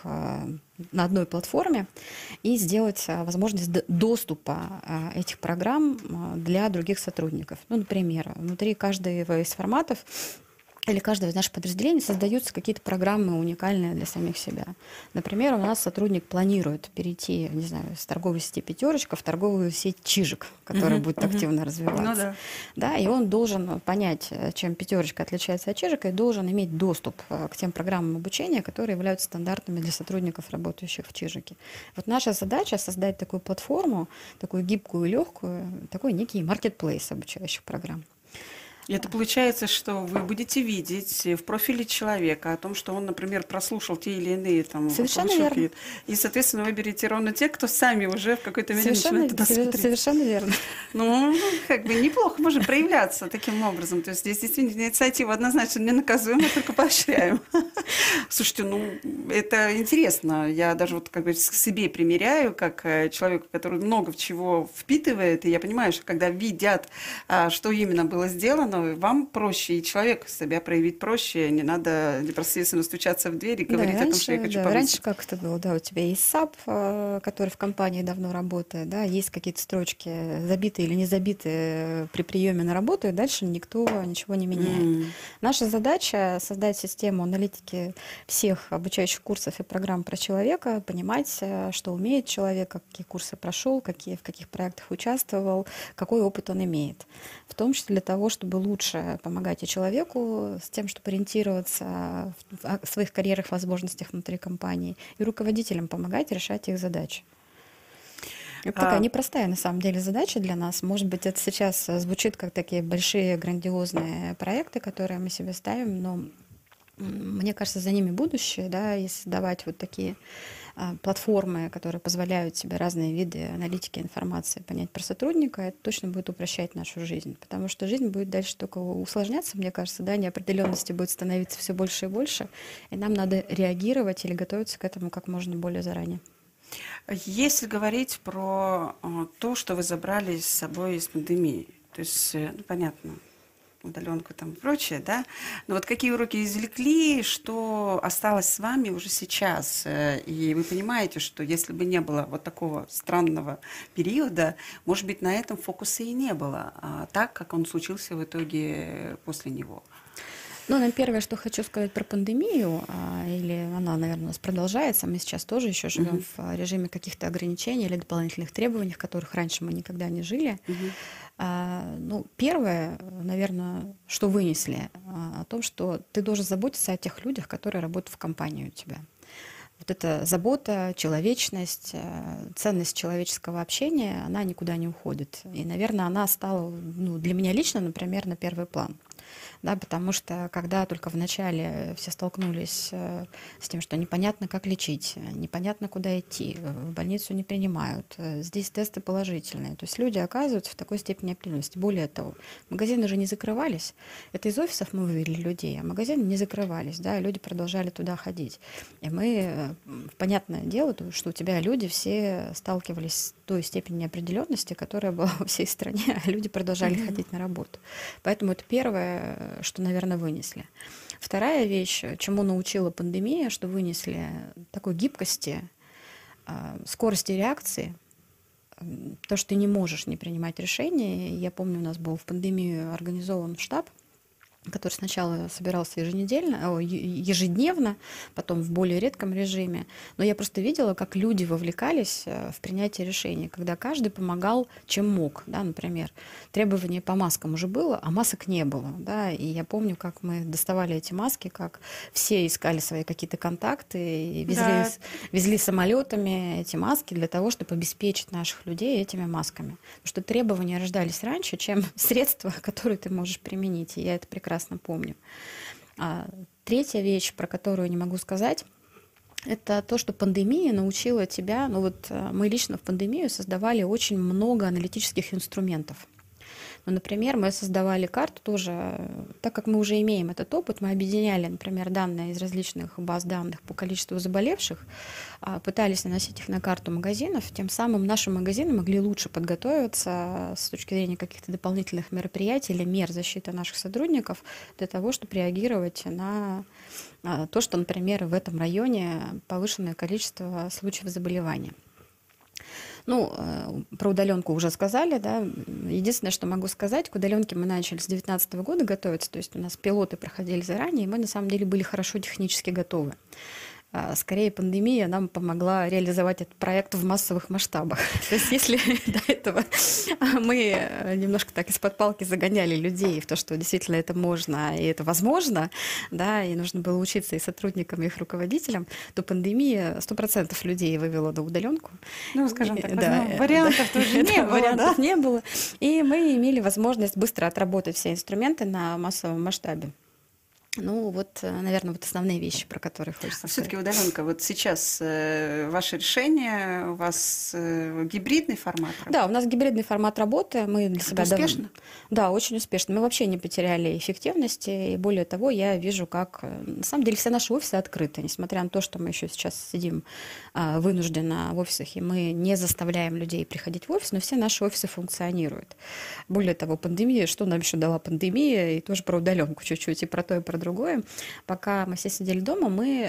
на одной платформе и сделать возможность доступа этих программ для других сотрудников. Ну, например, внутри каждого из форматов или каждого из наших подразделений создаются какие-то программы уникальные для самих себя. Например, у нас сотрудник планирует перейти, не знаю, с торговой сети «Пятерочка» в торговую сеть «Чижик», которая будет активно развиваться. Ну, да. Да, и он должен понять, чем «Пятерочка» отличается от «Чижика», и должен иметь доступ к тем программам обучения, которые являются стандартными для сотрудников, работающих в «Чижике». Вот наша задача — создать такую платформу, такую гибкую и легкую, такой некий маркетплейс обучающих программ. И это получается, что вы будете видеть в профиле человека о том, что он, например, прослушал те или иные там Совершенно и, соответственно, выберете ровно те, кто сами уже в какой-то мере начинают туда смотреть. Совершенно верно. Ну, как бы неплохо может проявляться таким образом. То есть здесь действительно инициатива однозначно не наказуема, только поощряем. Слушайте, ну, это интересно. Я даже вот как бы к себе примеряю, как человек, который много чего впитывает, и я понимаю, что когда видят, что именно было сделано, вам проще, и человеку себя проявить проще, не надо непосредственно стучаться в дверь и говорить о том, что я хочу повысить. Раньше как это было, да, у тебя есть SAP, который в компании давно работает, да, есть какие-то строчки, забитые или не забитые при приеме на работу, и дальше никто ничего не меняет. Наша задача — создать систему аналитики всех обучающих курсов и программ про человека, понимать, что умеет человек, какие курсы прошел, в каких проектах участвовал, какой опыт он имеет. В том числе для того, чтобы лучше помогать и человеку с тем, чтобы ориентироваться в своих карьерных возможностях внутри компании, и руководителям помогать решать их задачи. Это такая непростая, на самом деле, задача для нас. Может быть, это сейчас звучит как такие большие, грандиозные проекты, которые мы себе ставим, но мне кажется, за ними будущее, да, если давать вот такие платформы, которые позволяют себе разные виды аналитики информации понять про сотрудника, это точно будет упрощать нашу жизнь, потому что жизнь будет дальше только усложняться, мне кажется, да, неопределенности будет становиться все больше и больше, и нам надо реагировать или готовиться к этому как можно более заранее. Если говорить про то, что вы забрали с собой из пандемии, то есть, ну, понятно, удаленку там и прочее, да, но вот какие уроки извлекли, что осталось с вами уже сейчас, и вы понимаете, что если бы не было вот такого странного периода, может быть, на этом фокуса и не было, так, как он случился в итоге после него. Ну, наверное, первое, что хочу сказать про пандемию, или она, наверное, у нас продолжается, мы сейчас тоже еще живем в режиме каких-то ограничений или дополнительных требований, в которых раньше мы никогда не жили. Ну, первое, наверное, что вынесли, о том, что ты должен заботиться о тех людях, которые работают в компании у тебя. Вот эта забота, человечность, ценность человеческого общения, она никуда не уходит. И, наверное, она стала, ну, для меня лично, например, на первый план. Да, потому что когда только в начале все столкнулись с тем, что непонятно, как лечить, непонятно, куда идти, в больницу не принимают, здесь тесты положительные. То есть люди оказываются в такой степени определенности. Более того, магазины же не закрывались. Это из офисов мы вывели людей, а магазины не закрывались, да, и люди продолжали туда ходить. И мы, понятное дело, что у тебя люди все сталкивались с той степенью неопределенности, которая была во всей стране, а люди продолжали ходить на работу. Поэтому это первое, что, наверное, вынесли. Вторая вещь, чему научила пандемия, что вынесли такой гибкости, скорости реакции, то, что ты не можешь не принимать решения. Я помню, у нас был в пандемию организован штаб, который сначала собирался ежедневно, потом в более редком режиме. Но я просто видела, как люди вовлекались в принятие решений, когда каждый помогал, чем мог. Да, например, требование по маскам уже было, а масок не было. Да, и я помню, как мы доставали эти маски, как все искали свои какие-то контакты и везли самолетами эти маски для того, чтобы обеспечить наших людей этими масками. Потому что требования рождались раньше, чем средства, которые ты можешь применить. И я это прекрасно помню. Третья вещь, про которую не могу сказать, это то, что пандемия научила тебя. Мы лично в пандемию создавали очень много аналитических инструментов. Например, мы создавали карту тоже, так как мы уже имеем этот опыт, мы объединяли, например, данные из различных баз данных по количеству заболевших, пытались наносить их на карту магазинов, тем самым наши магазины могли лучше подготовиться с точки зрения каких-то дополнительных мероприятий или мер защиты наших сотрудников для того, чтобы реагировать на то, что, например, в этом районе повышенное количество случаев заболевания. Про удаленку уже сказали, да. Единственное, что могу сказать, к удаленке мы начали с 2019 года готовиться, то есть у нас пилоты проходили заранее, и мы на самом деле были хорошо технически готовы. Скорее, пандемия нам помогла реализовать этот проект в массовых масштабах. То есть если до этого мы немножко так из-под палки загоняли людей в то, что действительно это можно и это возможно, да, и нужно было учиться и сотрудникам, и их руководителям, то пандемия 100% людей вывела на удаленку. Скажем так, вариантов тоже не было. Вариантов не было. И мы имели возможность быстро отработать все инструменты на массовом масштабе. Наверное, основные вещи, про которые хочется сказать. Все-таки удаленка. Вот сейчас ваше решение, у вас гибридный формат работы? Да, у нас гибридный формат работы. Мы для себя успешно? Да, очень успешно. Мы вообще не потеряли эффективности. И более того, я вижу, как на самом деле все наши офисы открыты. Несмотря на то, что мы еще сейчас сидим вынужденно в офисах, и мы не заставляем людей приходить в офис, но все наши офисы функционируют. Более того, пандемия, что нам еще дала пандемия, и тоже про удаленку чуть-чуть, и про то, и про другое. Пока мы все сидели дома, мы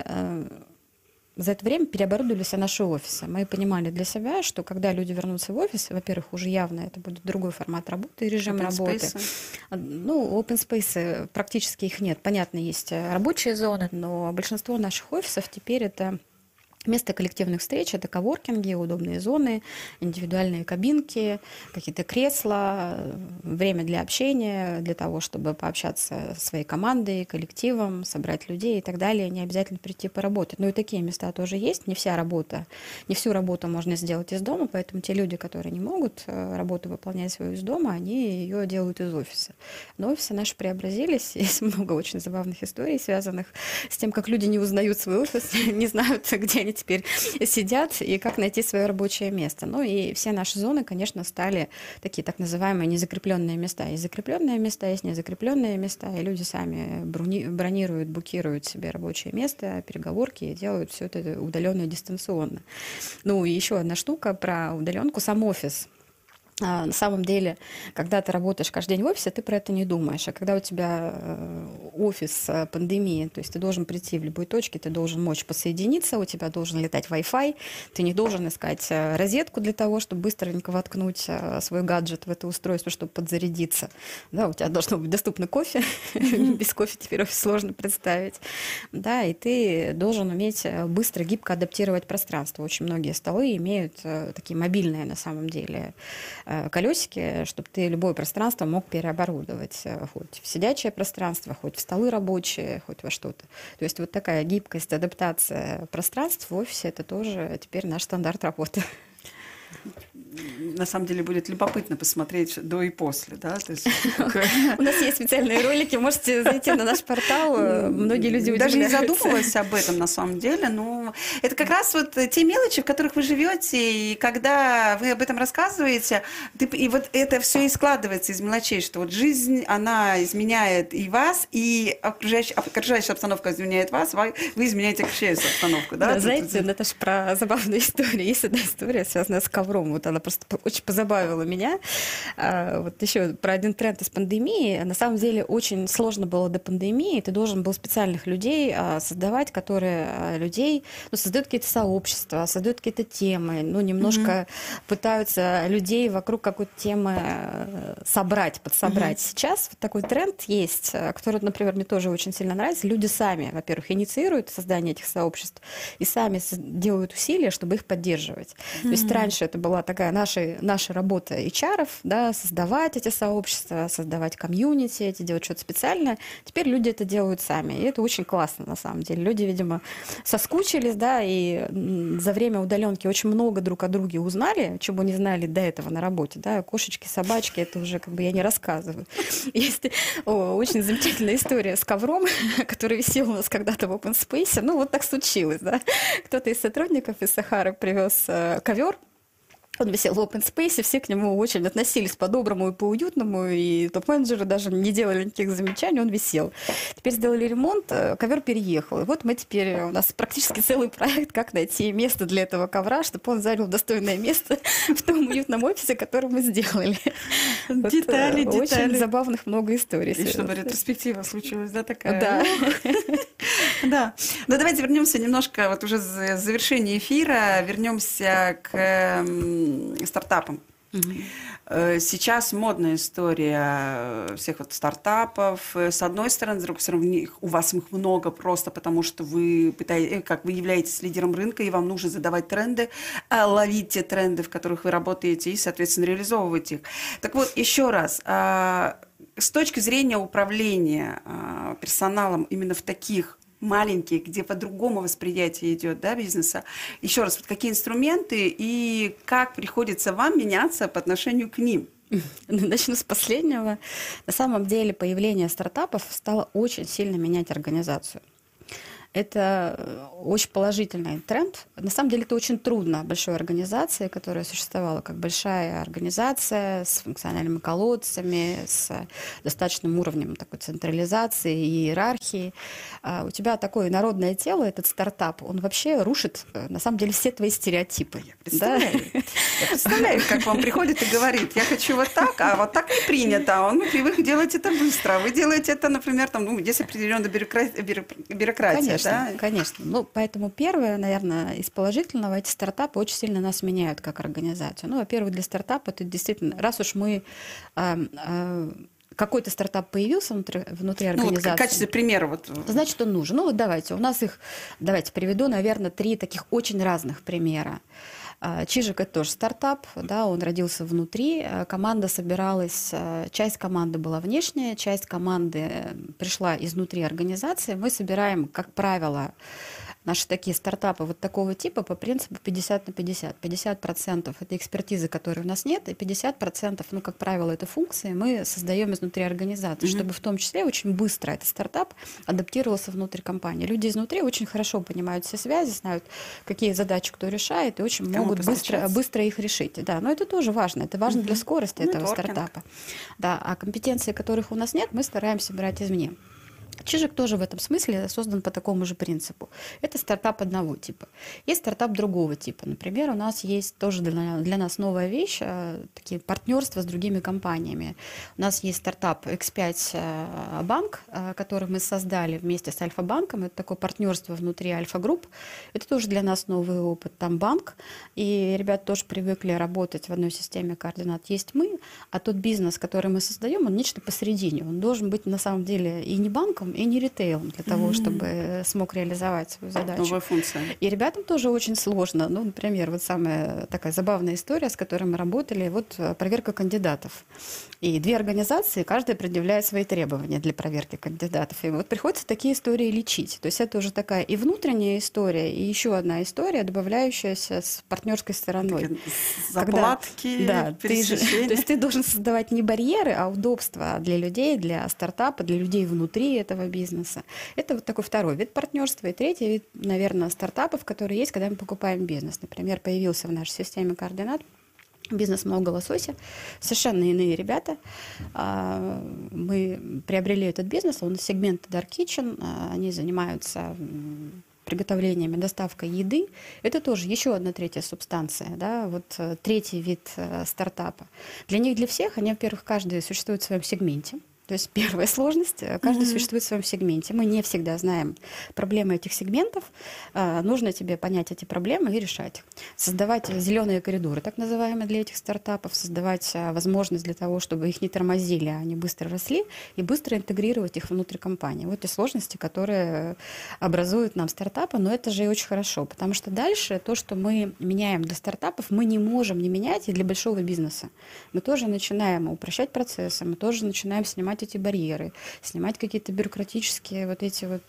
за это время переоборудовали все наши офисы. Мы понимали для себя, что когда люди вернутся в офис, во-первых, уже явно это будет другой формат работы и режим работы. Open space практически их нет. Понятно, есть рабочие зоны, но большинство наших офисов теперь это место коллективных встреч, это коворкинги, удобные зоны, индивидуальные кабинки, какие-то кресла, время для общения, для того, чтобы пообщаться со своей командой, коллективом, собрать людей и так далее. Не обязательно прийти поработать. Но и такие места тоже есть. Не всю работу можно сделать из дома, поэтому те люди, которые не могут работу выполнять свою из дома, они ее делают из офиса. Но офисы наши преобразились. Есть много очень забавных историй, связанных с тем, как люди не узнают свой офис, не знают, где они теперь сидят и как найти свое рабочее место. И все наши зоны, конечно, стали такие так называемые незакрепленные места. Есть закрепленные места, есть незакрепленные места, и люди сами бронируют, букируют себе рабочее место, переговорки и делают все это удаленно и дистанционно. И еще одна штука про удаленку, сам офис. На самом деле, когда ты работаешь каждый день в офисе, ты про это не думаешь. А когда у тебя офис пандемии, то есть ты должен прийти в любой точке, ты должен мочь подсоединиться, у тебя должен летать Wi-Fi, ты не должен искать розетку для того, чтобы быстренько воткнуть свой гаджет в это устройство, чтобы подзарядиться. Да, у тебя должно быть доступно кофе. Без кофе теперь офис сложно представить. Да, и ты должен уметь быстро, гибко адаптировать пространство. Очень многие столы имеют такие мобильные, на самом деле, колесики, чтобы ты любое пространство мог переоборудовать, хоть в сидячее пространство, хоть в столы рабочие, хоть во что-то. То есть вот такая гибкость, адаптация пространств в офисе — это тоже теперь наш стандарт работы. На самом деле будет любопытно посмотреть до и после, да? У нас есть специальные ролики, можете зайти на наш портал, многие люди удивляются. Даже не задумывалась об этом на самом деле, но это как раз вот те мелочи, в которых вы живете, и когда вы об этом рассказываете, и вот это все и складывается из мелочей, что вот жизнь, она изменяет и вас, и окружающая обстановка изменяет вас, вы изменяете окружающую обстановку, да? Да, знаете, это же про забавную историю. Есть одна история, связанная с ковром. Вот она просто очень позабавила меня. Вот еще про один тренд из пандемии. На самом деле очень сложно было до пандемии. Ты должен был специальных людей создавать, которые создают какие-то сообщества, создают какие-то темы, немножко пытаются людей вокруг какой-то темы подсобрать. Сейчас вот такой тренд есть, который, например, мне тоже очень сильно нравится. Люди сами, во-первых, инициируют создание этих сообществ и сами делают усилия, чтобы их поддерживать. То есть раньше это была такая наша работа HR-ов, да, создавать эти сообщества, создавать комьюнити, делать что-то специальное. Теперь люди это делают сами. И это очень классно, на самом деле. Люди, видимо, соскучились, да, и за время удаленки очень много друг о друге узнали, чего не знали до этого на работе. Да. Кошечки, собачки, это уже я не рассказываю. Есть очень замечательная история с ковром, который висел у нас когда-то в open space. Вот так случилось, да. Кто-то из сотрудников из Сахары привез ковер. Он висел в open space, все к нему очень относились по-доброму и по-уютному, и топ-менеджеры даже не делали никаких замечаний, он висел. Теперь сделали ремонт, ковер переехал. И вот у нас практически целый проект, как найти место для этого ковра, чтобы он занял достойное место в том уютном офисе, который мы сделали. Детали. Очень забавных много историй. И чтобы ретроспектива случилась, да, такая? Да. Да. Но давайте вернемся немножко, уже с завершения эфира, вернемся к стартапам. Сейчас модная история всех стартапов. С одной стороны, с другой стороны, у вас их много просто потому, что вы являетесь лидером рынка, и вам нужно задавать тренды, ловить те тренды, в которых вы работаете, и, соответственно, реализовывать их. Так вот, еще раз, с точки зрения управления персоналом именно в таких маленькие, где по-другому восприятие идет, да, бизнеса. Еще раз, какие инструменты и как приходится вам меняться по отношению к ним? Начну с последнего. На самом деле появление стартапов стало очень сильно менять организацию. Это очень положительный тренд. На самом деле это очень трудно большой организации, которая существовала как большая организация с функциональными колодцами, с достаточным уровнем такой централизации и иерархии. У тебя такое народное тело, этот стартап, он вообще рушит, на самом деле, все твои стереотипы. Я представляю, как вам приходит и говорит, я хочу вот так, а вот так не принято. Он привык делать это быстро. Вы делаете это, например, здесь определенная бюрократия. Конечно. Поэтому первое, наверное, из положительного, эти стартапы очень сильно нас меняют как организацию. Во-первых, для стартапа это действительно, раз уж мы какой-то стартап появился внутри организации. В качестве примера. Значит, он нужен. Давайте приведу, наверное, 3 таких очень разных примера. Чижик – это тоже стартап, да, он родился внутри, команда собиралась, часть команды была внешняя, часть команды пришла изнутри организации. Мы собираем, как правило, наши такие стартапы такого типа по принципу 50 на 50. 50% это экспертизы, которой у нас нет, и 50%, как правило, это функции мы создаем изнутри организации, чтобы в том числе очень быстро этот стартап адаптировался внутрь компании. Люди изнутри очень хорошо понимают все связи, знают, какие задачи кто решает, и очень могут быстро их решить. Да, но это тоже важно. Это важно для скорости этого стартапа. Да, а компетенции, которых у нас нет, мы стараемся брать извне. Чижик тоже в этом смысле создан по такому же принципу. Это стартап одного типа. Есть стартап другого типа. Например, у нас есть тоже для нас новая вещь, такие партнерства с другими компаниями. У нас есть стартап X5 банк, который мы создали вместе с Альфа-банком. Это такое партнерство внутри Альфа-групп. Это тоже для нас новый опыт. Там банк, и ребята тоже привыкли работать в одной системе координат. Есть мы, а тот бизнес, который мы создаем, он нечто посередине. Он должен быть на самом деле и не банком, и не ритейлом для того, чтобы смог реализовать свою задачу. Новая функция. И ребятам тоже очень сложно. Например, самая такая забавная история, с которой мы работали, проверка кандидатов. И 2 организации, каждая предъявляет свои требования для проверки кандидатов. И приходится такие истории лечить. То есть это уже такая и внутренняя история, и еще одна история, добавляющаяся с партнерской стороной. Заплатки, пересечения. То есть ты должен создавать не барьеры, а удобства для людей, для стартапа, для людей внутри этого бизнеса. Это такой второй вид партнерства. И третий вид, наверное, стартапов, которые есть, когда мы покупаем бизнес. Например, появился в нашей системе координат бизнес «Много лосося». Совершенно иные ребята. Мы приобрели этот бизнес, он из сегмента Dark Kitchen. Они занимаются приготовлением и доставкой еды, это тоже еще одна третья субстанция, да, вот третий вид стартапа. Для них, для всех, они, во-первых, каждый существует в своем сегменте. То есть первая сложность, каждый существует в своем сегменте. Мы не всегда знаем проблемы этих сегментов. Нужно тебе понять эти проблемы и решать. Создавать зеленые коридоры, так называемые, для этих стартапов, создавать возможность для того, чтобы их не тормозили, а они быстро росли, и быстро интегрировать их внутрь компании. Вот те сложности, которые образуют нам стартапы, но это же и очень хорошо, потому что дальше то, что мы меняем для стартапов, мы не можем не менять и для большого бизнеса. Мы тоже начинаем упрощать процессы, мы тоже начинаем снимать эти барьеры, снимать какие-то бюрократические вот эти вот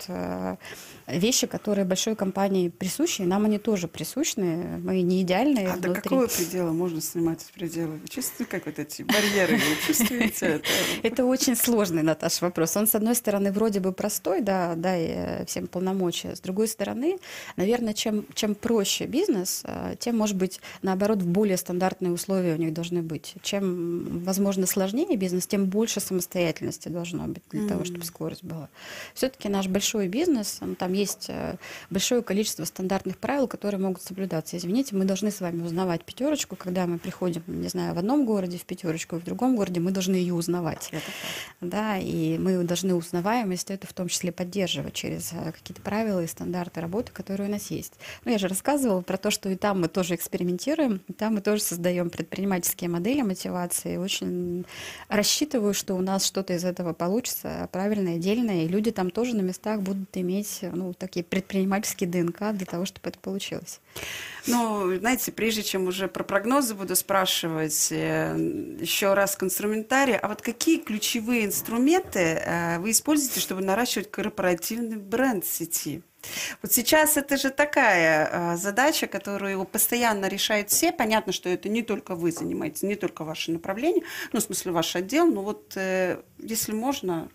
вещи, которые большой компании присущи, и нам они тоже присущны, мы не идеальные. А до какого предела можно снимать эти пределы? Вы чувствуете, как вот эти барьеры, вы чувствуете это? Это очень сложный, Наташа, вопрос. Он, с одной стороны, вроде бы простой, да, дай всем полномочия. С другой стороны, наверное, чем проще бизнес, тем, может быть, наоборот, более стандартные условия у них должны быть. Чем, возможно, сложнее бизнес, тем больше самостоятельности должно быть для того, чтобы скорость была. Все-таки наш большой бизнес, там есть большое количество стандартных правил, которые могут соблюдаться. Извините, мы должны с вами узнавать пятерочку, когда мы приходим, не знаю, в одном городе в пятерочку, в другом городе мы должны ее узнавать. Да, и мы должны узнаваемость это в том числе поддерживать через какие-то правила и стандарты работы, которые у нас есть. Ну, я же рассказывала про то, что и там мы тоже экспериментируем, и там мы тоже создаем предпринимательские модели мотивации. Очень рассчитываю, что у нас что-то из этого получится правильное, дельное, и люди там тоже на местах будут иметь такие предпринимательские ДНК для того, чтобы это получилось. Ну, знаете, прежде чем уже про прогнозы буду спрашивать, еще раз к инструментарию, а вот какие ключевые инструменты вы используете, чтобы наращивать корпоративный бренд сети? Вот сейчас это же такая задача, которую постоянно решают все. Понятно, что это не только вы занимаетесь, не только ваше направление, в смысле ваш отдел, но вот если можно...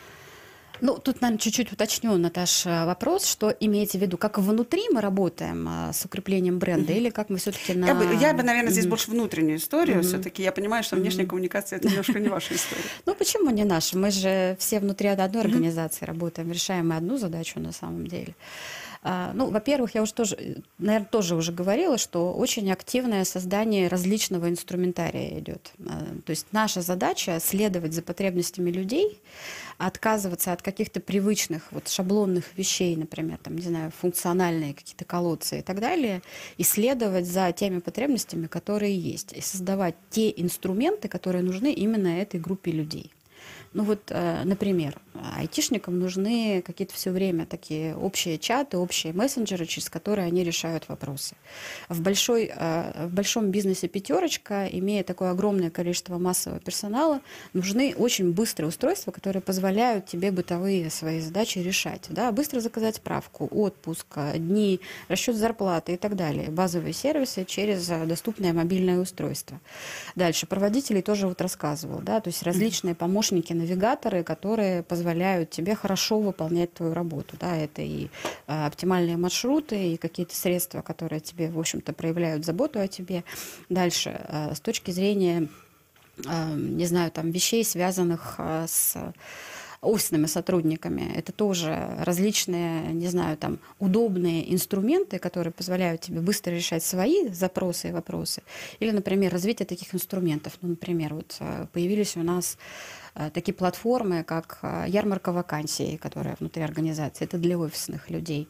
Ну, тут, наверное, чуть-чуть уточню, Наташа, вопрос, что имеете в виду, как внутри мы работаем с укреплением бренда, или как мы все-таки на... Я бы, наверное, здесь больше внутреннюю историю все-таки. Я понимаю, что внешняя коммуникация – это немножко не ваша история. Ну, почему не наша? Мы же все внутри одной организации работаем, решаем мы одну задачу на самом деле. Ну, во-первых, я уже тоже, наверное, тоже уже говорила, что очень активное создание различного инструментария идет. То есть наша задача следовать за потребностями людей, отказываться от каких-то привычных вот шаблонных вещей, например, там, не знаю, функциональные какие-то колодцы и так далее, и следовать за теми потребностями, которые есть, и создавать те инструменты, которые нужны именно этой группе людей. Ну вот, например, айтишникам нужны какие-то все время такие общие чаты, общие мессенджеры, через которые они решают вопросы. В большом бизнесе пятерочка, имея такое огромное количество массового персонала, нужны очень быстрые устройства, которые позволяют тебе бытовые свои задачи решать. Да? Быстро заказать справку, отпуск, дни, расчет зарплаты и так далее. Базовые сервисы через доступное мобильное устройство. Дальше, про водителей тоже вот рассказывал. Да? То есть различные помощники, навигаторы, которые позволяют тебе хорошо выполнять твою работу. Да, это и оптимальные маршруты, и какие-то средства, которые тебе, в общем-то, проявляют заботу о тебе. Дальше, с точки зрения, не знаю, там, вещей, связанных с офисными сотрудниками, это тоже различные, не знаю, там, удобные инструменты, которые позволяют тебе быстро решать свои запросы и вопросы. Или, например, развитие таких инструментов. Ну, например, вот появились у нас такие платформы, как ярмарка вакансий, которая внутри организации. Это для офисных людей.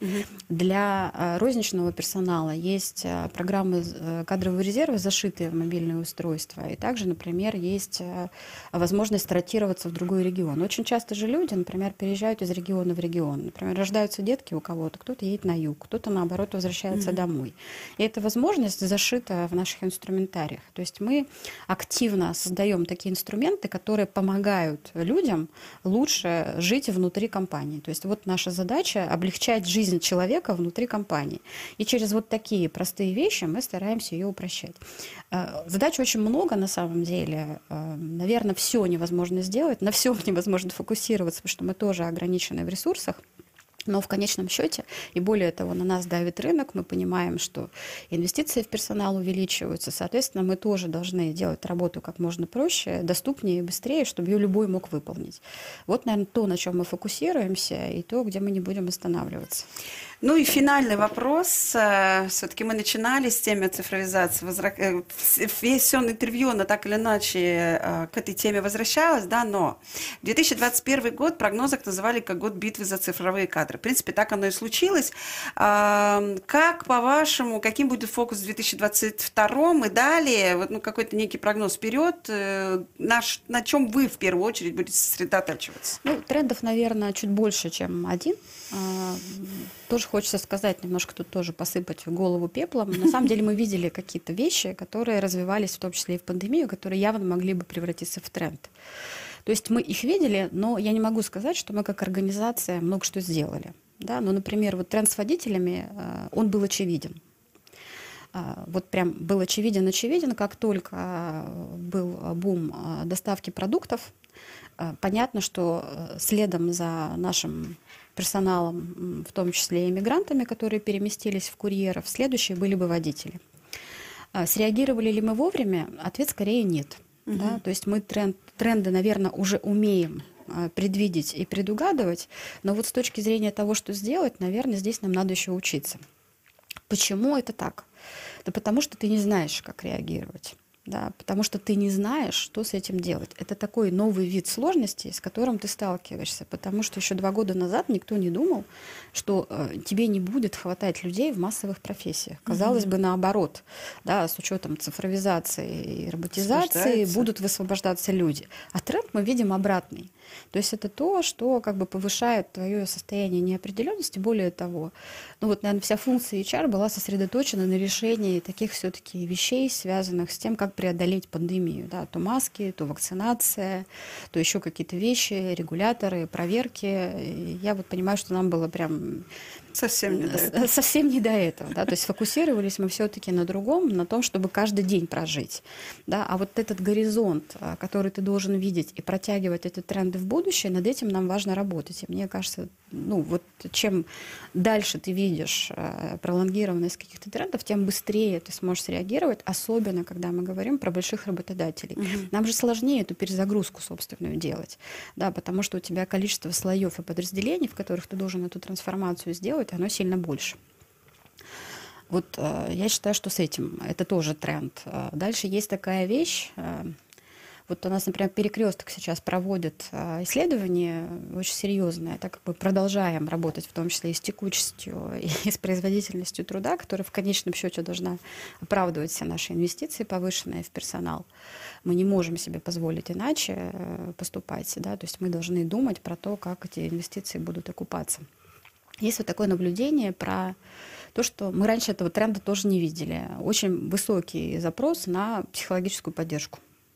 Для розничного персонала есть программы кадрового резерва, зашитые в мобильные устройства. И также, например, есть возможность ротироваться в другой регион. Очень часто же люди, например, переезжают из региона в регион. Например, рождаются детки у кого-то, кто-то едет на юг, кто-то, наоборот, возвращается домой. И эта возможность зашита в наших инструментариях. То есть мы активно создаем такие инструменты, которые помогают людям лучше жить внутри компании. То есть вот наша задача — облегчать жизнь человека внутри компании. И через вот такие простые вещи мы стараемся ее упрощать. Задач очень много на самом деле. Наверное, все невозможно сделать, на всем невозможно фокусироваться, потому что мы тоже ограничены в ресурсах. Но в конечном счете, и более того, на нас давит рынок, мы понимаем, что инвестиции в персонал увеличиваются, соответственно, мы тоже должны делать работу как можно проще, доступнее и быстрее, чтобы ее любой мог выполнить. Вот, наверное, то, на чем мы фокусируемся, и то, где мы не будем останавливаться. Ну и финальный вопрос. Все-таки мы начинали с темы цифровизации. Весь все интервью, она так или иначе к этой теме возвращалась, да, но 2021 год в прогнозах называли как год битвы за цифровые кадры. В принципе, так оно и случилось. Как, по-вашему, каким будет фокус в 2022 и далее? Вот, ну, какой-то некий прогноз вперед. На чем вы в первую очередь будете сосредотачиваться? Ну, трендов, наверное, чуть больше, чем один. Тоже хочется сказать, немножко тут тоже посыпать в голову пеплом. На самом деле мы видели какие-то вещи, которые развивались в том числе и в пандемию, которые явно могли бы превратиться в тренд. То есть мы их видели, но я не могу сказать, что мы как организация много что сделали. Да? Ну, например, вот тренд с водителями, он был очевиден. Вот прям был очевиден, как только был бум доставки продуктов, понятно, что следом за нашим персоналом, в том числе и иммигрантами, которые переместились в курьеров, следующие были бы водители. Среагировали ли мы вовремя? Ответ скорее нет. Да? То есть мы тренды, наверное, уже умеем предвидеть и предугадывать, но вот с точки зрения того, что сделать, наверное, здесь нам надо еще учиться. Почему это так? Да потому что ты не знаешь, как реагировать. Да, потому что ты не знаешь, что с этим делать. Это такой новый вид сложности, с которым ты сталкиваешься, потому что еще 2 года назад никто не думал, что тебе не будет хватать людей в массовых профессиях. Казалось бы, наоборот, да, с учетом цифровизации и роботизации будут высвобождаться люди. А тренд мы видим обратный. То есть это то, что как бы повышает твое состояние неопределенности. Более того, ну вот, наверное, вся функция HR была сосредоточена на решении таких все-таки вещей, связанных с тем, как преодолеть пандемию. Да, то маски, то вакцинация, то еще какие-то вещи, регуляторы, проверки. И я вот понимаю, что нам было прям совсем не до этого. Да? То есть фокусировались мы все-таки на другом, на том, чтобы каждый день прожить. Да? А вот этот горизонт, который ты должен видеть и протягивать эти тренды в будущее, над этим нам важно работать. И мне кажется, ну, вот чем дальше ты видишь пролонгированность каких-то трендов, тем быстрее ты сможешь среагировать, особенно когда мы говорим про больших работодателей. Нам же сложнее эту перезагрузку собственную делать, да, потому что у тебя количество слоев и подразделений, в которых ты должен эту трансформацию сделать, оно сильно больше. Вот я считаю, что с этим это тоже тренд. Дальше есть такая вещь. Вот у нас, например, Перекресток сейчас проводит исследование очень серьезное, так как мы продолжаем работать в том числе и с текучестью, и с производительностью труда, которая в конечном счете должна оправдывать все наши инвестиции, повышенные в персонал. Мы не можем себе позволить иначе поступать, да? То есть мы должны думать про то, как эти инвестиции будут окупаться. Есть вот такое наблюдение про то, что мы раньше этого тренда тоже не видели. Очень высокий запрос на психологическую поддержку.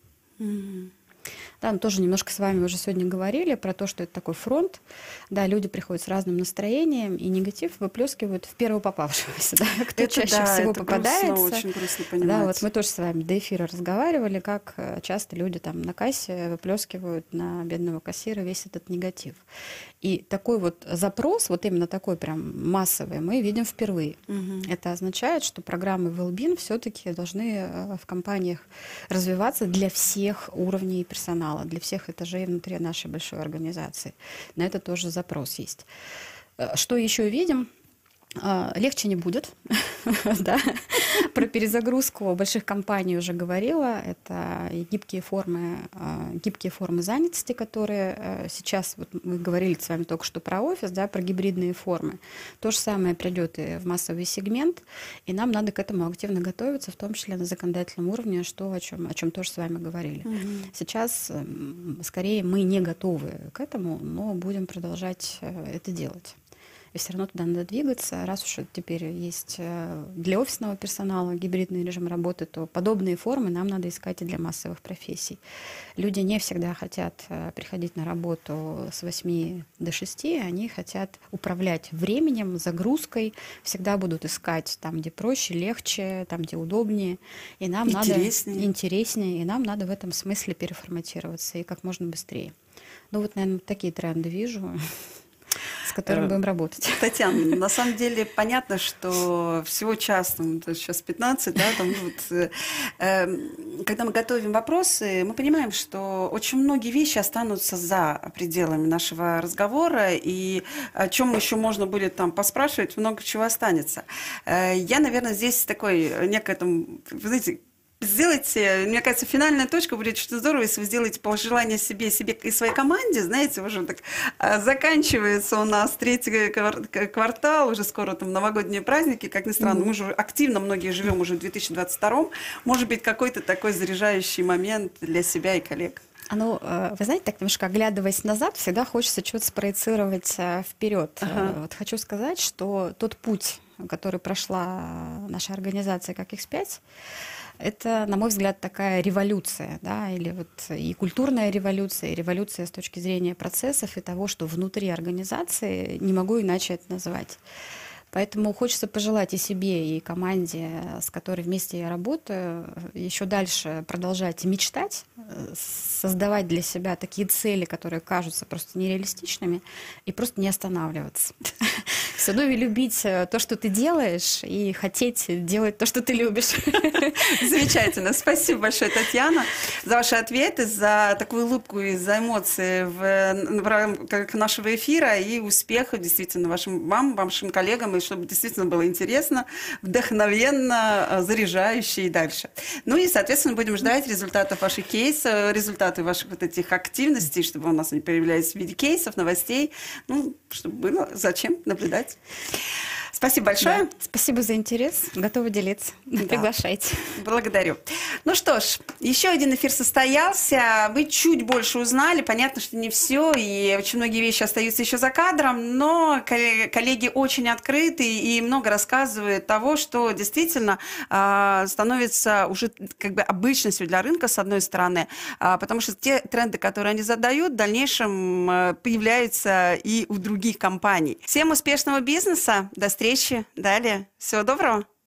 Да, мы тоже немножко с вами уже сегодня говорили про то, что это такой фронт. Да, люди приходят с разным настроением, и негатив выплескивают в первого попавшегося. Да, кто это чаще всего это попадается. Грустно, очень грустно понимать. Да, вот мы тоже с вами до эфира разговаривали, как часто люди там на кассе выплескивают на бедного кассира весь этот негатив. И такой вот запрос, вот именно такой прям массовый, мы видим впервые. Это означает, что программы well-being все-таки должны в компаниях развиваться для всех уровней персонала, для всех этажей внутри нашей большой организации. На это тоже запрос есть. Что еще видим? Легче не будет. Да. Про перезагрузку больших компаний уже говорила. Это и гибкие формы занятости, которые сейчас, вот мы говорили с вами только что про офис, да, про гибридные формы. То же самое придет и в массовый сегмент, и нам надо к этому активно готовиться, в том числе на законодательном уровне, о чем тоже с вами говорили. Сейчас скорее мы не готовы к этому, но будем продолжать это делать. И все равно туда надо двигаться. Раз уж теперь есть для офисного персонала гибридный режим работы, то подобные формы нам надо искать и для массовых профессий. Люди не всегда хотят приходить на работу с 8 до 6, они хотят управлять временем, загрузкой, всегда будут искать там, где проще, легче, там, где удобнее. И нам интереснее, и нам надо в этом смысле переформатироваться и как можно быстрее. Ну вот, наверное, такие тренды вижу. которым будем работать. Татьяна, на самом деле понятно, что всего час, сейчас 15, да, когда мы готовим вопросы, мы понимаем, что очень многие вещи останутся за пределами нашего разговора, и о чем еще можно будет там поспрашивать, много чего останется. Я, наверное, здесь такой некое там, вы знаете, сделайте, мне кажется, финальная точка будет очень здорово, если вы сделаете пожелание себе и своей команде, знаете, уже так заканчивается у нас третий квартал, уже скоро там новогодние праздники, как ни странно, мы же активно многие живем уже в 2022, может быть, какой-то такой заряжающий момент для себя и коллег. Ну, вы знаете, так немножко оглядываясь назад, всегда хочется что-то спроецировать вперед. Вот хочу сказать, что тот путь, который прошла наша организация как X5, это, на мой взгляд, такая революция, да, или вот и культурная революция, и революция с точки зрения процессов и того, что внутри организации, не могу иначе это назвать. Поэтому хочется пожелать и себе, и команде, с которой вместе я работаю, еще дальше продолжать мечтать, создавать для себя такие цели, которые кажутся просто нереалистичными, и просто не останавливаться. Все равно любить то, что ты делаешь, и хотеть делать то, что ты любишь. Замечательно. Спасибо большое, Татьяна, за ваши ответы, за такую улыбку и за эмоции в рамках нашего эфира, и успехов действительно вашим коллегам, и чтобы действительно было интересно, вдохновенно, заряжающе и дальше. Ну и, соответственно, будем ждать результатов ваших кейсов, результаты ваших вот этих активностей, чтобы у нас они появлялись в виде кейсов, новостей, чтобы было зачем наблюдать. Спасибо большое. Да. Спасибо за интерес. Готова делиться. Да. Приглашайте. Благодарю. Ну что ж, еще один эфир состоялся. Вы чуть больше узнали. Понятно, что не все, и очень многие вещи остаются еще за кадром, но коллеги очень открыты и много рассказывают того, что действительно становится уже как бы обычностью для рынка, с одной стороны, потому что те тренды, которые они задают, в дальнейшем появляются и у других компаний. Всем успешного бизнеса. До встречи. Далее. Всего доброго.